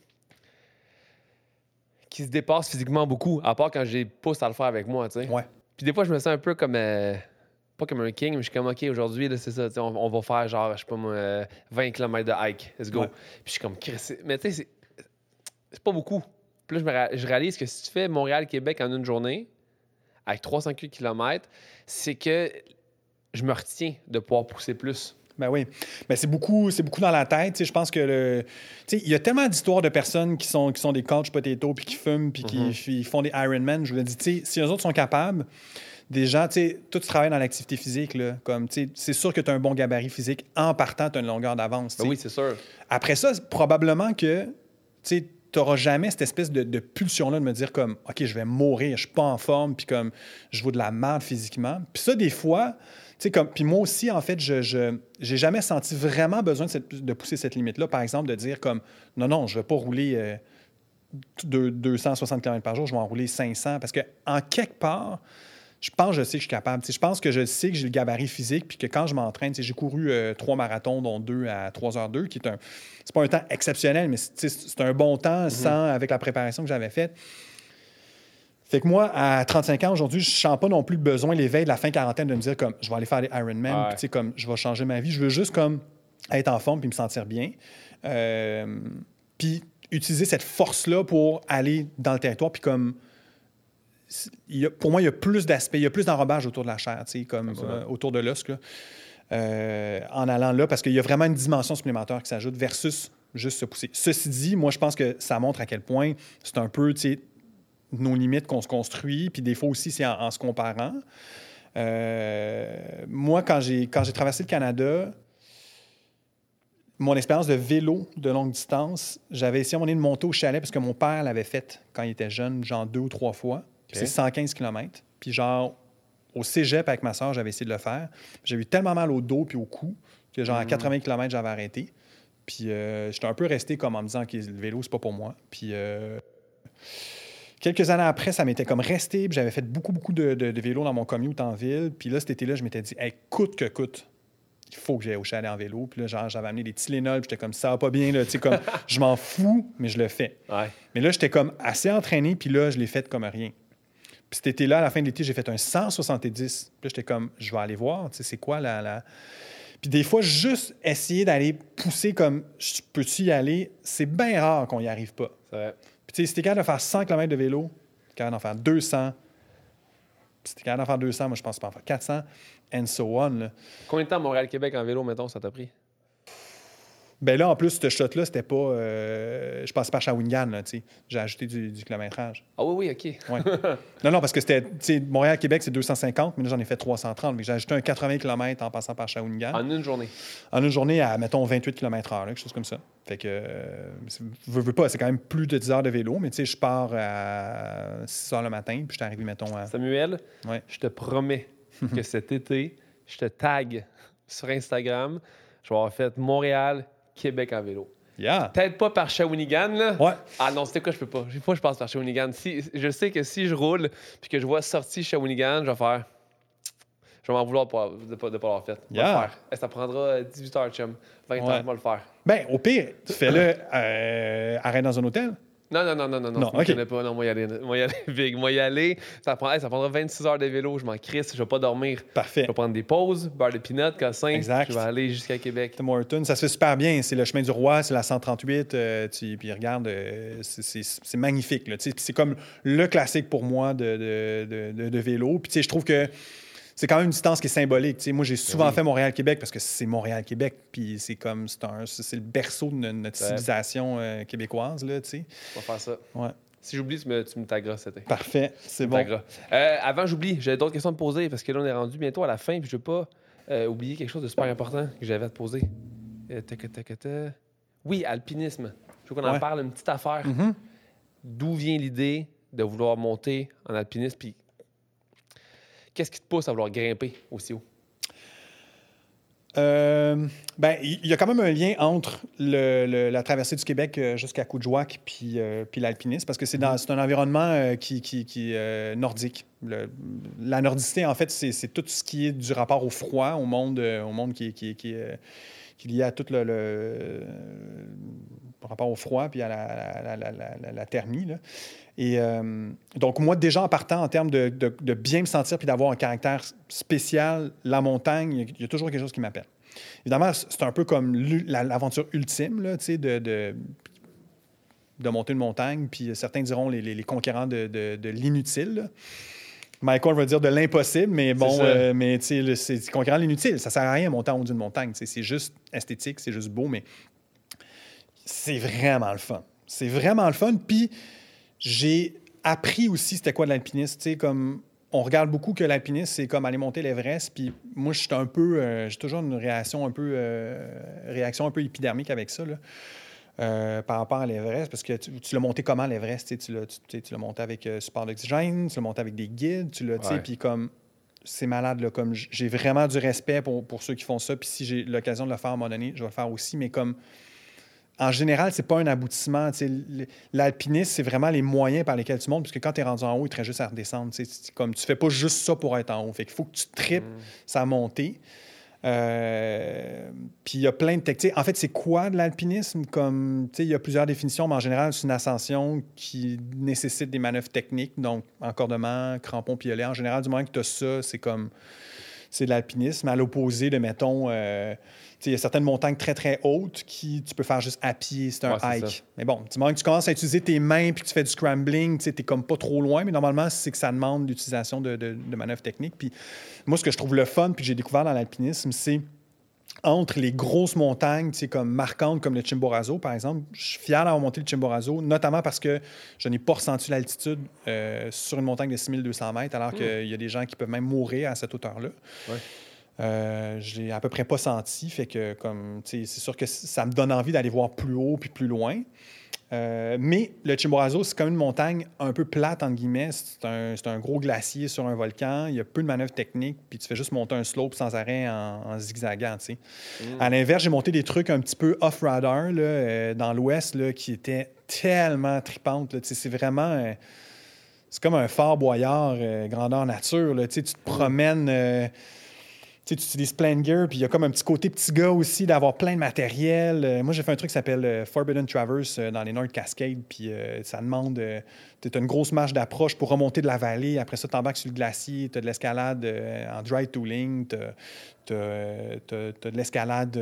se dépassent physiquement beaucoup, à part quand je les pousse à le faire avec moi, tu sais. Ouais. Puis des fois, je me sens un peu comme... pas comme un king, mais je suis comme, OK, aujourd'hui, là, c'est ça, on va faire genre, je sais pas moi, 20 km de hike, let's go. Ouais. Puis je suis comme, mais tu sais, c'est pas beaucoup. Puis là, je réalise que si tu fais Montréal-Québec en une journée, avec 308 km, c'est que je me retiens de pouvoir pousser plus. Ben oui. Ben c'est beaucoup dans la tête. T'sais, je pense que il y a tellement d'histoires de personnes qui sont des couch potatoes puis qui fument puis qui font des Ironman. Je vous l'ai dit, si eux autres sont capables, des gens, tout tu travailles dans l'activité physique, là, comme, c'est sûr que tu as un bon gabarit physique. En partant, tu as une longueur d'avance. Ben oui, c'est sûr. Après ça, probablement que tu n'auras jamais cette espèce de pulsion-là de me dire comme, OK, je vais mourir, je suis pas en forme, puis comme, je vaux de la merde physiquement. Puis ça, des fois, puis moi aussi, en fait, je j'ai jamais senti vraiment besoin de pousser cette limite-là. Par exemple, de dire comme, non, je vais pas rouler 260 km par jour, je vais en rouler 500. Parce qu'en quelque part, je pense que je sais que je suis capable. Je pense que je sais que j'ai le gabarit physique, puis que quand je m'entraîne, j'ai couru 3 marathons, dont 2 à 3h02, qui est c'est pas un temps exceptionnel, mais c'est un bon temps avec la préparation que j'avais faite. Fait que moi, à 35 ans aujourd'hui, je ne sens pas non plus le besoin, l'éveil de la fin quarantaine, de me dire comme je vais aller faire des Ironman, puis comme je vais changer ma vie. Je veux juste comme être en forme puis me sentir bien. Puis utiliser cette force-là pour aller dans le territoire, puis comme pour moi, il y a plus d'aspects, il y a plus d'enrobage autour de la chair, comme autour de l'os, en allant là, parce qu'il y a vraiment une dimension supplémentaire qui s'ajoute versus juste se pousser. Ceci dit, moi, je pense que ça montre à quel point c'est un peu, nos limites qu'on se construit, puis des fois aussi, c'est en se comparant. Moi, quand j'ai traversé le Canada, mon expérience de vélo de longue distance, j'avais essayé à un moment donné de monter au chalet parce que mon père l'avait fait quand il était jeune, genre 2 ou 3 fois. C'est 115 km. Puis genre, au cégep avec ma soeur, j'avais essayé de le faire. J'ai eu tellement mal au dos puis au cou que genre à 80 km, j'avais arrêté. Puis j'étais un peu resté comme en me disant que le vélo, c'est pas pour moi. Puis quelques années après, ça m'était comme resté. Puis j'avais fait beaucoup de vélo dans mon commute en ville. Puis là, cet été-là, je m'étais dit, hey, coûte que coûte, il faut que j'aille au chalet en vélo. Puis là, genre, j'avais amené des Tylenol. Puis j'étais comme, ça va pas bien, là. Tu sais, comme, je m'en fous, mais je le fais. Ouais. Mais là, j'étais comme assez entraîné. Puis là, je l'ai fait comme rien. Puis cet été-là, à la fin de l'été, j'ai fait un 170. Puis là, j'étais comme, je vais aller voir, tu sais, c'est quoi la... Puis des fois, juste essayer d'aller pousser comme, peux-tu y aller, c'est bien rare qu'on n'y arrive pas. C'est vrai. Puis tu sais, si t'es capable de faire 100 km de vélo, t'es capable d'en faire 200. Puis si t'es capable d'en faire 200, moi, je pense pas en faire 400, and so on. Là. Combien de temps Montréal-Québec en vélo, mettons, ça t'a pris? Ben là, en plus, ce shot-là, c'était pas... je passais par Shawinigan, là, tu sais. J'ai ajouté du kilométrage. Ah oui, OK. Ouais. Non, parce que c'était... Tu sais, Montréal-Québec, c'est 250, mais là, j'en ai fait 330. Mais j'ai ajouté un 80 km en passant par Shawinigan. En une journée? En une journée à, mettons, 28 km/h, quelque chose comme ça. Fait que... veux pas, c'est quand même plus de 10 heures de vélo, mais tu sais, je pars à 6 heures le matin, puis je suis arrivé, mettons, à... Samuel, Ouais. je te promets que cet été, je te tag sur Instagram. Je vais avoir fait Montréal, Québec en vélo. Yeah! Peut-être pas par Shawinigan, là. Ouais. Ah non, c'était quoi, je peux pas. Une fois, je passe par Shawinigan. Je sais que si je roule puis que je vois sortie Shawinigan, je vais faire... Je vais m'en vouloir de pas l'avoir fait. Je vais le faire. Ça prendra 18 heures, chum. 20 heures, je vais le faire. Ben, au pire, fais-le, arrête dans un hôtel. Non, OK. Je connais pas. Non, moi y aller big. Moi y aller. Ça prendra 26 heures de vélo. Je m'en crisse. Je vais pas dormir. Parfait. Je vais prendre des pauses, beurre de peanut, cossin. Exact. Je vais aller jusqu'à Québec. Tim Hortons, ça se fait super bien. C'est le chemin du roi, c'est la 138. Puis regarde, c'est magnifique. Là, puis c'est comme le classique pour moi de vélo. Puis tu sais, je trouve que c'est quand même une distance qui est symbolique. T'sais, moi, j'ai souvent fait Montréal-Québec parce que c'est Montréal-Québec, puis c'est comme c'est le berceau de notre civilisation québécoise. Là, t'sais. On va faire ça. Ouais. Si j'oublie, tu me tagueras cet été. Parfait, c'est bon. Avant, j'oublie, j'avais d'autres questions à te poser parce que là, on est rendu bientôt à la fin, puis je veux pas oublier quelque chose de super important que j'avais à te poser. Oui, alpinisme. Je veux qu'on en parle, une petite affaire. Mm-hmm. D'où vient l'idée de vouloir monter en alpinisme, puis qu'est-ce qui te pousse à vouloir grimper aussi haut? Ben, il y a quand même un lien entre la traversée du Québec jusqu'à Coudjouac puis l'alpinisme, parce que c'est un environnement qui nordique. La nordicité, en fait, c'est tout ce qui est du rapport au froid, au monde qui est lié à tout le rapport au froid puis à la thermie, là. Et donc, moi, déjà en partant en termes de bien me sentir puis d'avoir un caractère spécial, la montagne, il y a toujours quelque chose qui m'appelle. Évidemment, c'est un peu comme l'aventure ultime, là, tu sais, de monter une montagne, puis certains diront les conquérants de l'inutile, là. Michael va dire de l'impossible, mais bon, mais tu sais, c'est conquérant de l'inutile. Ça sert à rien de monter en haut d'une montagne. C'est juste esthétique, c'est juste beau, mais c'est vraiment le fun. C'est vraiment le fun, puis j'ai appris aussi c'était quoi de l'alpinisme. Tu sais, comme on regarde beaucoup que l'alpinisme, c'est comme aller monter l'Everest. Puis moi, j'ai toujours une réaction un peu épidermique avec ça, là, par rapport à l'Everest. Parce que tu l'as monté comment, l'Everest? Tu l'as monté avec support d'oxygène, tu l'as monté avec des guides, puis comme c'est malade, là, comme j'ai vraiment du respect pour ceux qui font ça. Puis si j'ai l'occasion de le faire à un moment donné, je vais le faire aussi. Mais comme en général, c'est pas un aboutissement. L'alpinisme, c'est vraiment les moyens par lesquels tu montes, puisque quand tu es rendu en haut, il te reste juste à redescendre. Comme tu fais pas juste ça pour être en haut. Fait qu'il faut que tu tripes sa montée. Puis il y a plein de techniques. En fait, c'est quoi de l'alpinisme? Il y a plusieurs définitions, mais en général, c'est une ascension qui nécessite des manœuvres techniques, donc encordement, crampons, piolet. En général, du moment que tu as ça, c'est de l'alpinisme. À l'opposé de, mettons... il y a certaines montagnes très, très hautes qui tu peux faire juste à pied, c'est un hike. Mais bon, du moment que tu commences à utiliser tes mains puis que tu fais du scrambling, tu n'es comme pas trop loin, mais normalement, c'est que ça demande l'utilisation de manœuvres techniques. Puis moi, ce que je trouve le fun puis que j'ai découvert dans l'alpinisme, c'est entre les grosses montagnes comme marquantes comme le Chimborazo, par exemple. Je suis fier d'avoir monté le Chimborazo, notamment parce que je n'ai pas ressenti l'altitude sur une montagne de 6200 mètres, alors qu'il y a des gens qui peuvent même mourir à cette hauteur-là. Ouais. Je l'ai à peu près pas senti, fait que c'est sûr que ça me donne envie d'aller voir plus haut puis plus loin. Mais le Chimborazo, c'est comme une montagne un peu plate, entre guillemets. C'est un gros glacier sur un volcan. Il y a peu de manœuvres techniques, puis tu fais juste monter un slope sans arrêt en zigzagant. À l'inverse, j'ai monté des trucs un petit peu off-radar là, dans l'ouest là, qui étaient tellement tripantes. Là. C'est vraiment... c'est comme un Fort Boyard grandeur nature. Là. Tu te promènes... tu utilises plein de gear, puis il y a comme un petit côté petit gars aussi d'avoir plein de matériel. Moi, j'ai fait un truc qui s'appelle Forbidden Traverse dans les North Cascades, puis ça demande... tu as une grosse marche d'approche pour remonter de la vallée. Après ça, tu embarques sur le glacier, tu as de l'escalade en dry tooling, tu as de l'escalade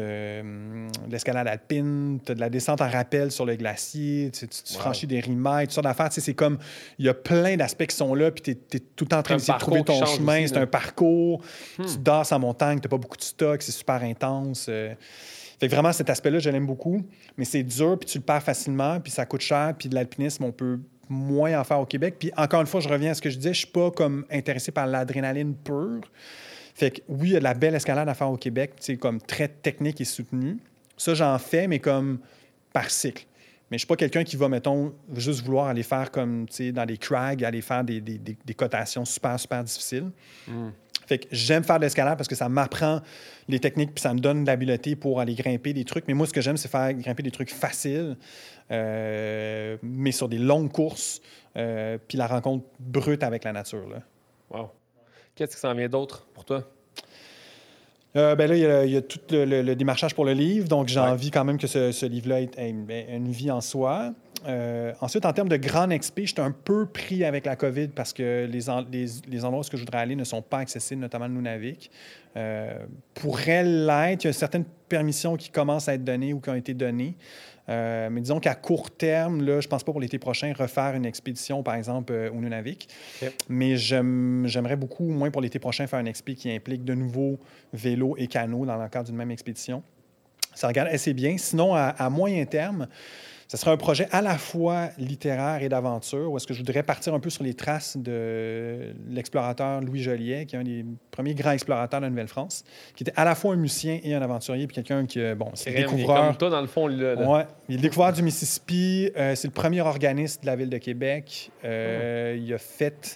alpine, tu as de la descente en rappel sur le glacier, tu franchis des rimailles, toutes sortes d'affaires. C'est comme... Il y a plein d'aspects qui sont là, puis tu es tout le temps en train d'essayer de trouver ton chemin. Aussi, c'est un parcours. Tu danses en montagne, tu n'as pas beaucoup de stock, c'est super intense. Fait que vraiment, cet aspect-là, je l'aime beaucoup, mais c'est dur, puis tu le perds facilement, puis ça coûte cher, puis de l'alpinisme, on peut moins en faire au Québec. Puis encore une fois, je reviens à ce que je disais, je suis pas comme intéressé par l'adrénaline pure. Fait que oui, il y a de la belle escalade à faire au Québec, tu sais, comme très technique et soutenue. Ça, j'en fais, mais comme par cycle. Mais je suis pas quelqu'un qui va, mettons, juste vouloir aller faire comme, tu sais, dans les crags, aller faire des cotations super, super difficiles. Fait que j'aime faire de l'escalade parce que ça m'apprend les techniques puis ça me donne l'habileté pour aller grimper des trucs. Mais moi, ce que j'aime, c'est faire grimper des trucs faciles, mais sur des longues courses, puis la rencontre brute avec la nature, là. Wow. Qu'est-ce qui s'en vient d'autre pour toi? Ben là, il y a tout le démarchage pour le livre. Donc, j'ai envie quand même que ce livre-là ait une vie en soi. Ensuite, en termes de grande exp, j'étais un peu pris avec la COVID parce que les endroits où je voudrais aller ne sont pas accessibles, notamment le Nunavik. Pourrait l'être. Il y a certaines permissions qui commencent à être données ou qui ont été données. Mais disons qu'à court terme, là, je ne pense pas pour l'été prochain refaire une expédition, par exemple, au Nunavik. Okay. Mais j'aimerais beaucoup, au moins pour l'été prochain, faire une expé qui implique de nouveau vélo et canot dans le cadre d'une même expédition. Ça regarde assez bien. Sinon, à moyen terme, ce serait un projet à la fois littéraire et d'aventure, où est-ce que je voudrais partir un peu sur les traces de l'explorateur Louis Joliet, qui est un des premiers grands explorateurs de la Nouvelle-France, qui était à la fois un musicien et un aventurier, puis quelqu'un qui, c'est le découvreur. Comme toi, dans le fond, là. Oui, il est le découvreur du Mississippi. C'est le premier organiste de la ville de Québec. Il a fait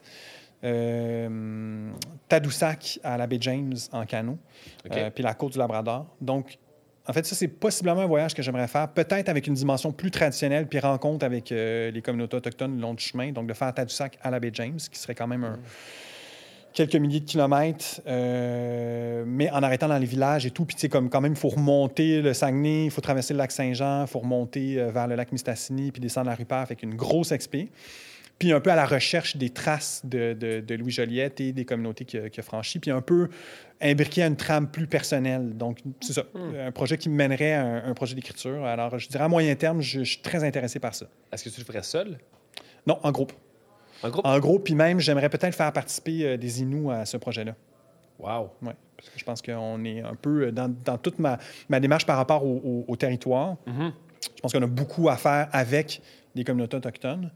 Tadoussac à la baie James en canot, puis la côte du Labrador. Donc, en fait, ça, c'est possiblement un voyage que j'aimerais faire, peut-être avec une dimension plus traditionnelle, puis rencontre avec les communautés autochtones le long du chemin. Donc, de faire Tadoussac à la baie James, qui serait quand même quelques milliers de kilomètres, mais en arrêtant dans les villages et tout. Puis, tu sais, comme quand même, il faut remonter le Saguenay, il faut traverser le lac Saint-Jean, il faut remonter vers le lac Mistassini, puis descendre la Rupert, avec une grosse expé. Puis un peu à la recherche des traces de Louis Joliette et des communautés qu'il a franchies, puis un peu imbriqué à une trame plus personnelle. Donc, c'est ça, un projet qui me mènerait à un projet d'écriture. Alors, je dirais à moyen terme, je suis très intéressé par ça. Est-ce que tu le ferais seul? Non, en groupe. En groupe? En groupe, puis même, j'aimerais peut-être faire participer des Inuits à ce projet-là. Wow! Oui, parce que je pense qu'on est un peu dans toute ma démarche par rapport au territoire. Mm-hmm. Je pense qu'on a beaucoup à faire avec les communautés autochtones.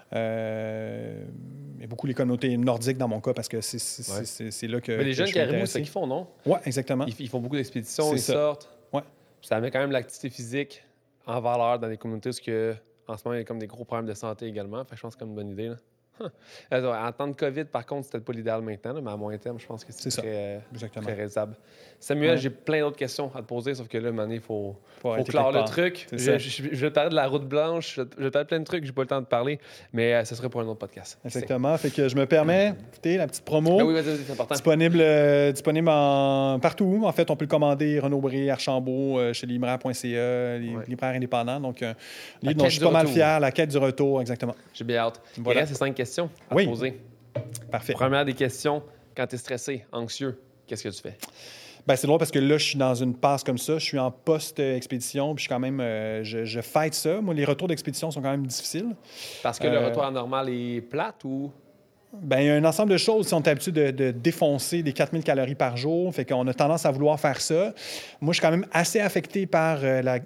Mais beaucoup les communautés nordiques dans mon cas, parce que c'est là que. Mais les jeunes Caribous, c'est ça qu'ils font, non? Oui, exactement. Ils font beaucoup d'expéditions, ils sortent. Oui. Ça met quand même l'activité physique en valeur dans les communautés parce que en ce moment, il y a comme des gros problèmes de santé également. Fait que je pense que c'est comme une bonne idée. Là. En temps de COVID, par contre, c'était pas l'idéal maintenant, là, mais à moyen terme, je pense que c'est très réalisable. Samuel, j'ai plein d'autres questions à te poser, sauf que là, à un moment donné, il faut clore le truc. Je vais te parler de la route blanche, je vais te parler de plein de trucs, j'ai pas le temps de parler, mais ce serait pour un autre podcast. Exactement. Fait que je me permets, écoutez, la petite promo. Oui, vas-y, c'est important. Disponible partout. En fait, on peut le commander Renaud-Bré, Archambault, chez libraire.ca, libraires indépendants. Donc, livre dont je suis pas mal fier, La quête du retour, exactement. J'ai bien hâte. Voilà. Il reste 5 questions à te poser. Parfait. Première des questions, quand tu es stressé, anxieux, qu'est-ce que tu fais? Ben, c'est drôle parce que là, je suis dans une passe comme ça. Je suis en post-expédition, puis je suis quand même... je fight ça. Moi, les retours d'expédition sont quand même difficiles. Parce que le retour à normal est plate ou... Ben, il y a un ensemble de choses. Si on est habitué de défoncer des 4000 calories par jour, fait qu'on a tendance à vouloir faire ça. Moi, je suis quand même assez affecté par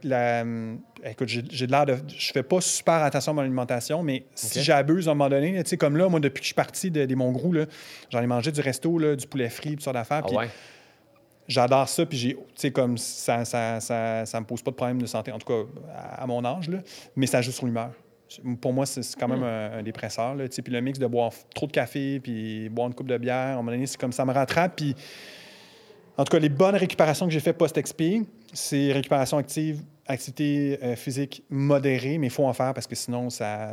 Écoute, j'ai de l'air de... Je fais pas super attention à mon alimentation, mais si j'abuse à un moment donné, tu sais, comme là, moi, depuis que je suis parti des Montgroux, j'en ai mangé du resto, là, du poulet frit, toutes sortes d'affaires. Ah ouais? J'adore ça, puis tu sais, comme ça me pose pas de problème de santé, en tout cas, à mon âge, là, mais ça joue sur l'humeur. Pour moi, c'est quand même un dépresseur. Puis le mix de boire trop de café puis boire une coupe de bière, à un moment donné, c'est comme ça me rattrape. Puis, en tout cas, les bonnes récupérations que j'ai faites post-expi, c'est récupération active, activité physique modérée, mais il faut en faire parce que sinon,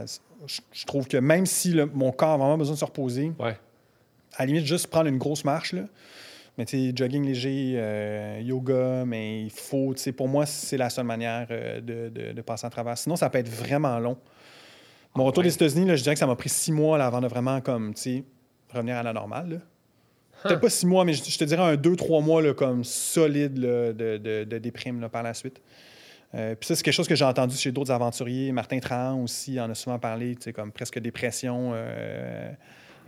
je trouve que même si mon corps a vraiment besoin de se reposer, à la limite, juste prendre une grosse marche, là, mais tu sais, jogging léger, yoga, mais il faut, tu sais, pour moi, c'est la seule manière de passer à travers. Sinon, ça peut être vraiment long. Mon retour des États-Unis, là, je dirais que ça m'a pris 6 mois là, avant de vraiment, comme, tu sais, revenir à la normale. Là. Peut-être pas 6 mois, mais je te dirais un 2-3 mois là, comme solide là, de déprime là, par la suite. Puis ça, c'est quelque chose que j'ai entendu chez d'autres aventuriers. Martin Trahan aussi en a souvent parlé, tu sais, comme presque dépression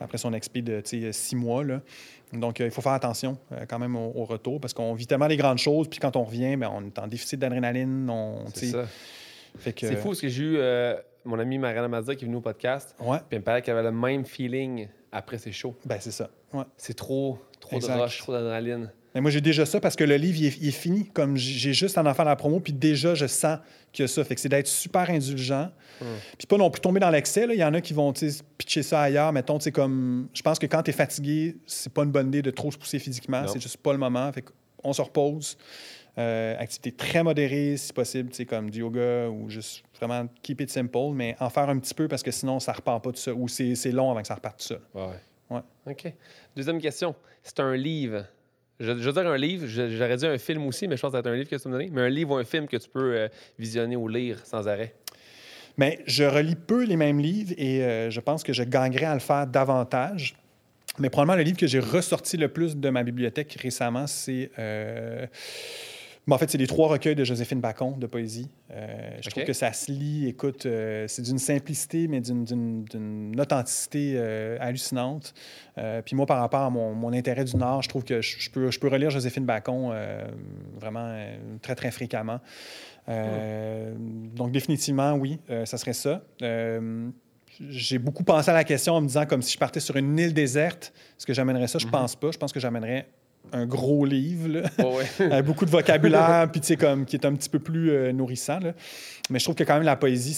après son expé de 6 mois. Là. Donc, il faut faire attention quand même au retour parce qu'on vit tellement les grandes choses. Puis quand on revient, bien, on est en déficit d'adrénaline. C'est ça. Fait que... C'est fou parce que j'ai eu mon ami Mariana Mazza qui est venue au podcast. Ouais. Puis elle me parlait qu'elle avait le même feeling après ses shows. Ben, c'est ça. Ouais. C'est trop de rush, trop d'adrénaline. Mais moi, j'ai déjà ça parce que le livre, il est fini. Comme j'ai juste en faire la promo, puis déjà, je sens qu'il y a ça. Fait que c'est d'être super indulgent. Puis pas non plus tomber dans l'excès. Là. Il y en a qui vont pitcher ça ailleurs. Mettons, comme... Je pense que quand tu es fatigué, c'est pas une bonne idée de trop se pousser physiquement. Non. C'est juste pas le moment. Fait qu'on se repose. Activité très modérée, si possible, comme du yoga ou juste vraiment keep it simple, mais en faire un petit peu parce que sinon, ça repart pas tout ça. Ou c'est long avant que ça reparte tout ça. Ouais. OK. Deuxième question. C'est un livre. Je veux dire un livre, j'aurais dit un film aussi, mais je pense que c'est un livre que tu me donnes. Mais un livre ou un film que tu peux visionner ou lire sans arrêt. Bien, je relis peu les mêmes livres et je pense que je gagnerais à le faire davantage. Mais probablement le livre que j'ai ressorti le plus de ma bibliothèque récemment, c'est... en fait, c'est les 3 recueils de Joséphine Bacon de poésie. Je trouve que ça se lit, écoute, c'est d'une simplicité, mais d'une authenticité hallucinante. Puis moi, par rapport à mon intérêt du Nord, je trouve que je peux relire Joséphine Bacon vraiment très, très fréquemment. Donc, définitivement, oui, ça serait ça. J'ai beaucoup pensé à la question en me disant comme si je partais sur une île déserte, est-ce que j'amènerais ça? Je pense pas. Je pense que j'amènerais un gros livre, là, avec beaucoup de vocabulaire, puis tu sais, comme qui est un petit peu plus nourrissant. Là. Mais je trouve que quand même la poésie,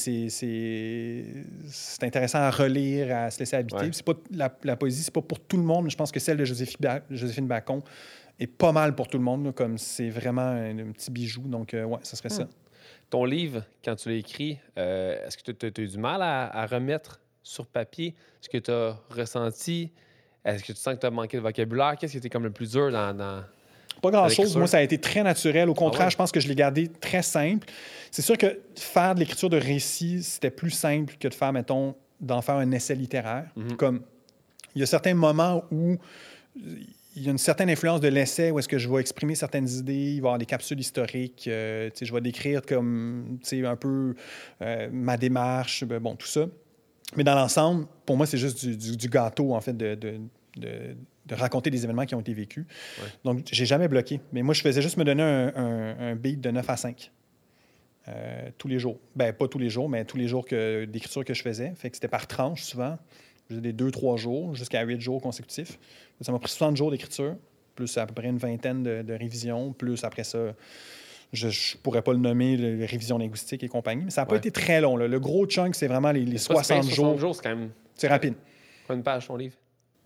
c'est intéressant à relire, à se laisser habiter. Ouais. C'est pas, la poésie, c'est pas pour tout le monde, mais je pense que celle de Joséphine Bacon est pas mal pour tout le monde, là, comme c'est vraiment un petit bijou. Donc, ouais, ça serait ça. Ton livre, quand tu l'as écrit, est-ce que tu as eu du mal à remettre sur papier ce que tu as ressenti? Est-ce que tu sens que tu as manqué de vocabulaire? Qu'est-ce qui était comme le plus dur dans Pas grand-chose. Moi, ça a été très naturel. Au contraire, je pense que je l'ai gardé très simple. C'est sûr que faire de l'écriture de récit, c'était plus simple que de faire, mettons, d'en faire un essai littéraire. Comme il y a certains moments où il y a une certaine influence de l'essai où est-ce que je vais exprimer certaines idées, il va y avoir des capsules historiques, je vais décrire comme un peu ma démarche, bon, tout ça. Mais dans l'ensemble, pour moi, c'est juste du gâteau, en fait, de raconter des événements qui ont été vécus. Ouais. Donc, j'ai jamais bloqué. Mais moi, je faisais juste me donner un beat de 9 à 5 tous les jours. Ben pas tous les jours, mais tous les jours d'écriture que je faisais. Fait que c'était par tranche, souvent. Je faisais des 2-3 jours, jusqu'à 8 jours consécutifs. Ça m'a pris 60 jours d'écriture, plus à peu près une vingtaine de révisions, plus après ça... Je ne pourrais pas le nommer, les révisions linguistiques et compagnie, mais ça n'a pas été très long. Là. Le gros chunk, c'est vraiment les 60 jours. 60 jours, c'est quand même... C'est rapide. Combien de pages, ton livre?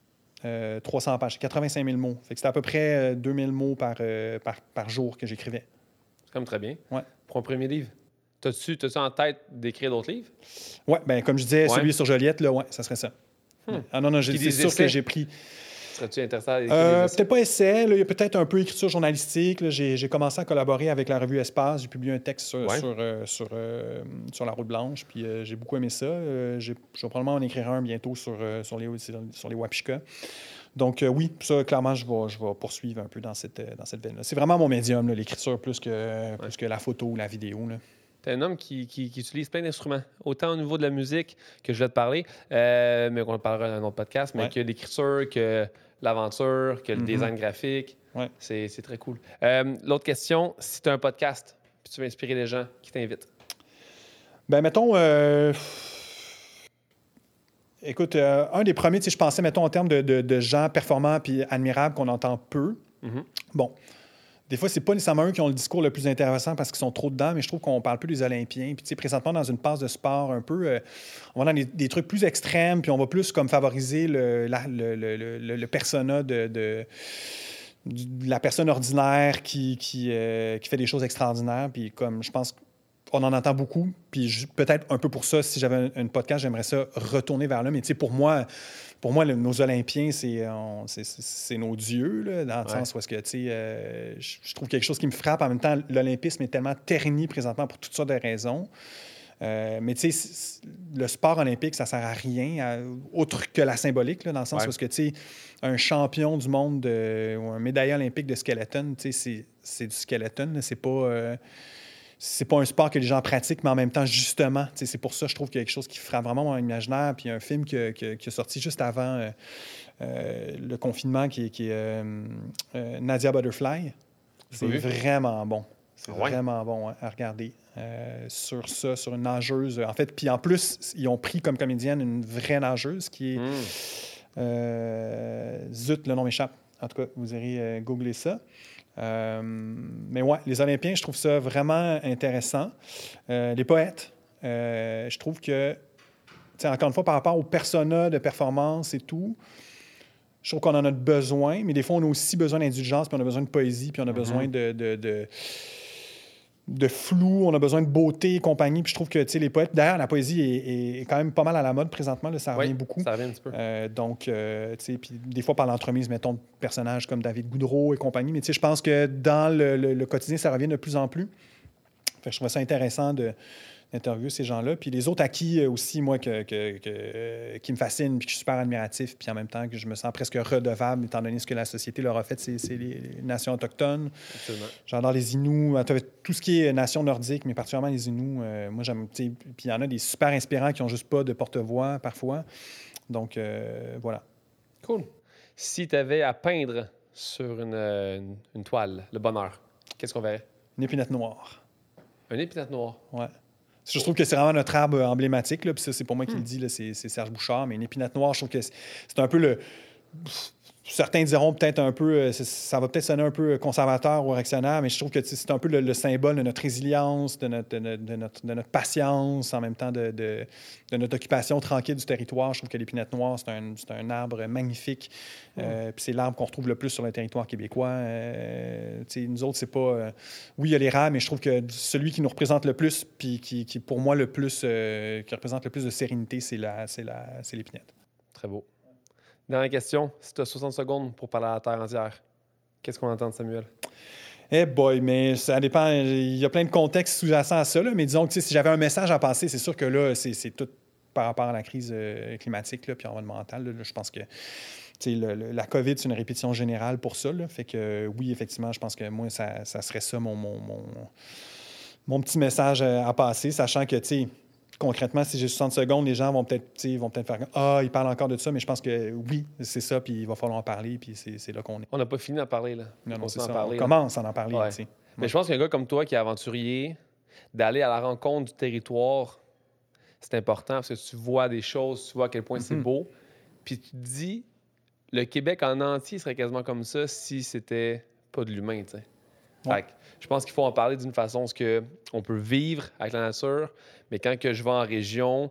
300 pages, 85 000 mots. Fait que c'était à peu près 2 000 mots par jour que j'écrivais. C'est quand même très bien. Ouais. Pour un premier livre. T'as-tu en tête d'écrire d'autres livres? Oui, bien, comme je disais, celui sur Joliette, là, ouais, ça serait ça. Ah non, c'est sûr que j'ai pris... Serais-tu intéressé à écrire des essais? Peut-être pas essai. Là, il y a peut-être un peu écriture journalistique. Là, j'ai commencé à collaborer avec la revue Espace. J'ai publié un texte sur la Route Blanche. Puis j'ai beaucoup aimé ça. Je vais probablement en écrire un bientôt sur les Wapishka. Donc oui, ça, clairement, je vais poursuivre un peu dans cette veine-là. C'est vraiment mon médium, là, l'écriture, plus que la photo ou la vidéo. Là. Tu es un homme qui utilise plein d'instruments, autant au niveau de la musique que je vais te parler, mais on en parlera dans un autre podcast, mais que l'écriture, que l'aventure, que le design graphique. Ouais. C'est très cool. L'autre question, si tu as un podcast, puis tu veux inspirer les gens, qui t'invitent? Ben mettons... Écoute, un des premiers, je pensais, mettons, en termes de gens performants puis admirables qu'on entend peu. Bon... Des fois, c'est pas nécessairement eux qui ont le discours le plus intéressant parce qu'ils sont trop dedans, mais je trouve qu'on parle plus des Olympiens. Puis, tu sais, présentement, dans une passe de sport un peu, on va dans des trucs plus extrêmes, puis on va plus comme favoriser le persona de la personne ordinaire qui fait des choses extraordinaires. Puis, comme je pense qu'on en entend beaucoup, puis peut-être un peu pour ça, si j'avais un podcast, j'aimerais ça retourner vers là. Mais, tu sais, pour moi, nos Olympiens, c'est nos dieux, là, dans le sens où est-ce que, tu sais, je trouve quelque chose qui me frappe. En même temps, l'olympisme est tellement terni présentement pour toutes sortes de raisons. Mais, tu sais, le sport olympique, ça sert à rien, autre que la symbolique, là, dans le sens où est-ce que, tu sais, un champion du monde ou un médaillé olympique de skeleton, tu sais, c'est du skeleton, là, c'est pas... c'est pas un sport que les gens pratiquent, mais en même temps, justement, c'est pour ça, je trouve qu'il y a quelque chose qui frappe vraiment mon imaginaire. Puis il y a un film qui est sorti juste avant le confinement, qui est Nadia Butterfly. C'est vraiment bon. C'est vraiment bon à regarder. Sur ça, sur une nageuse. En fait, puis en plus, ils ont pris comme comédienne une vraie nageuse qui est... zut, le nom m'échappe. En tout cas, vous irez googler ça. Mais ouais, les Olympiens, je trouve ça vraiment intéressant. Les poètes, je trouve que, encore une fois, par rapport aux personas de performance et tout, je trouve qu'on en a besoin, mais des fois, on a aussi besoin d'indulgence, puis on a besoin de poésie, puis on a besoin de flou, on a besoin de beauté et compagnie. Puis je trouve que les poètes... D'ailleurs, la poésie est quand même pas mal à la mode présentement. Là, ça revient beaucoup. Ça revient un petit peu. Donc, puis des fois, par l'entremise, mettons, de personnages comme David Goudreau et compagnie. Mais je pense que dans le quotidien, ça revient de plus en plus. Fait que je trouve ça intéressant d'interviewer ces gens-là. Puis les autres acquis aussi, moi, qui me fascinent, puis que je suis super admiratif, puis en même temps que je me sens presque redevable, étant donné ce que la société leur a fait, c'est les nations autochtones. Absolument. J'adore les Inuits, tout ce qui est nations nordiques, mais particulièrement les Inuits. Moi, j'aime... Puis il y en a des super inspirants qui n'ont juste pas de porte-voix, parfois. Donc, voilà. Cool. Si tu avais à peindre sur une toile, le bonheur, qu'est-ce qu'on verrait? Une épinette noire. Une épinette noire? Ouais. Je trouve que c'est vraiment notre arbre emblématique, là, puis ça, c'est pas moi qui le dis, là, c'est Serge Bouchard, mais une épinette noire, je trouve que c'est un peu le... Certains diront peut-être un peu... Ça va peut-être sonner un peu conservateur ou réactionnaire, mais je trouve que c'est un peu le symbole de notre résilience, de notre patience, en même temps de notre occupation tranquille du territoire. Je trouve que l'épinette noire, c'est un arbre magnifique. Puis c'est l'arbre qu'on retrouve le plus sur le territoire québécois. Nous autres, c'est pas... oui, il y a l'érable, mais je trouve que celui qui nous représente le plus, puis qui pour moi, le plus... qui représente le plus de sérénité, c'est l'épinette. Très beau. Dernière question. Si tu as 60 secondes pour parler à la Terre entière, qu'est-ce qu'on entend de Samuel? Eh boy, mais ça dépend. Il y a plein de contextes sous-jacents à ça, là, mais disons que si j'avais un message à passer, c'est sûr que là, c'est tout par rapport à la crise climatique puis environnementale. Là, je pense que la COVID, c'est une répétition générale pour ça. Là, fait que oui, effectivement, je pense que moi, ça serait ça mon petit message à passer, sachant que, concrètement, si j'ai 60 secondes, les gens vont peut-être faire « Ah, il parle encore de ça », mais je pense que oui, c'est ça, puis il va falloir en parler, puis c'est là qu'on est. On n'a pas fini d'en parler, là. Non, c'est ça. On commence à en parler. Ouais. Mais je pense qu'un gars comme toi qui est aventurier, d'aller à la rencontre du territoire, c'est important parce que tu vois des choses, tu vois à quel point c'est beau. Puis tu te dis, le Québec en entier serait quasiment comme ça si c'était pas de l'humain, tu sais. Fait que je pense qu'il faut en parler d'une façon où on peut vivre avec la nature, mais quand que je vais en région,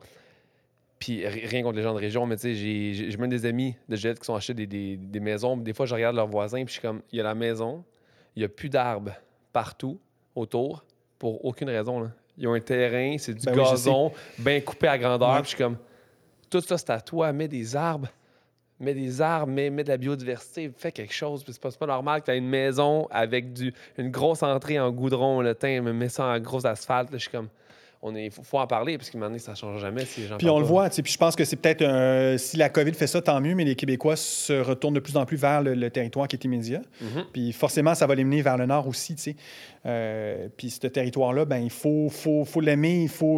puis rien contre les gens de région, mais tu sais, j'ai même des amis de Joliette qui sont achetés des maisons. Des fois, je regarde leurs voisins, puis je suis comme, il y a la maison, il n'y a plus d'arbres partout autour, pour aucune raison, là. Ils ont un terrain, c'est du gazon, bien coupé à grandeur, puis je suis comme, tout ça, c'est à toi, mets des arbres. Mets de la biodiversité, fais quelque chose. C'est pas normal que tu aies une maison avec une grosse entrée en goudron, mets ça en gros asphalte. Là, je suis comme, faut en parler, parce qu'à un moment donné, ça ne change jamais si les gens. Puis on le voit, puis je pense que c'est peut-être, si la COVID fait ça, tant mieux, mais les Québécois se retournent de plus en plus vers le territoire qui est immédiat. Puis forcément, ça va les mener vers le nord aussi, tu sais. Puis ce territoire-là, ben il faut l'aimer, il faut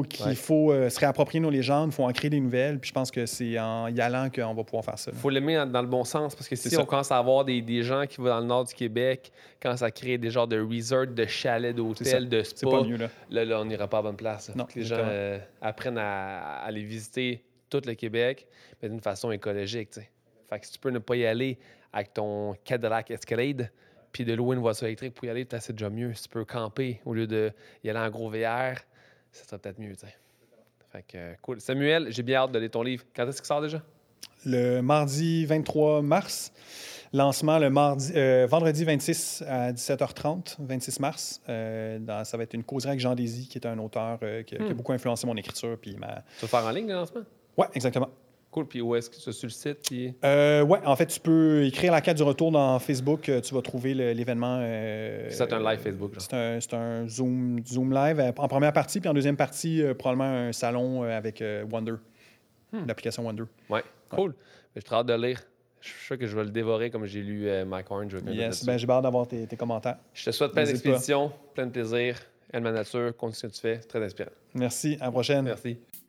se réapproprier nos légendes, il faut en créer des nouvelles. Puis je pense que c'est en y allant qu'on va pouvoir faire ça. Il faut l'aimer dans le bon sens, parce que si on commence à avoir des gens qui vont dans le nord du Québec, commencent à créer des genres de resorts, de chalets, d'hôtels, de spas, c'est pas mieux, là on n'ira pas à la bonne place. Non, que les gens apprennent à aller visiter tout le Québec, mais d'une façon écologique, tu sais. Fait que si tu peux ne pas y aller avec ton Cadillac Escalade, puis de louer une voiture électrique pour y aller, c'est déjà mieux. Si tu peux camper au lieu d'y aller en gros VR, ça serait peut-être mieux, tu sais. Fait que cool. Samuel, j'ai bien hâte de lire ton livre. Quand est-ce qu'il sort déjà? Le mardi 23 mars. Lancement le vendredi 26 à 17h30, 26 mars. Ça va être une causerie avec Jean Désy, qui est un auteur qui a beaucoup influencé mon écriture. Puis Tu vas faire en ligne, le lancement? Oui, exactement. Cool. Puis où est-ce que c'est sur le site? Puis... oui, en fait, tu peux écrire la carte du retour dans Facebook. Tu vas trouver l'événement. C'est un live Facebook. C'est un Zoom live en première partie. Puis en deuxième partie, probablement un salon avec Wonder, l'application Wonder. Oui, cool. J'ai très hâte de lire. Je suis sûr que je vais le dévorer comme j'ai lu Mike Orange. Yes, j'ai hâte d'avoir tes commentaires. Je te souhaite plein d'expéditions, plein de plaisir. aime la nature, continue ce que tu fais. C'est très inspirant. Merci. À la prochaine. Merci.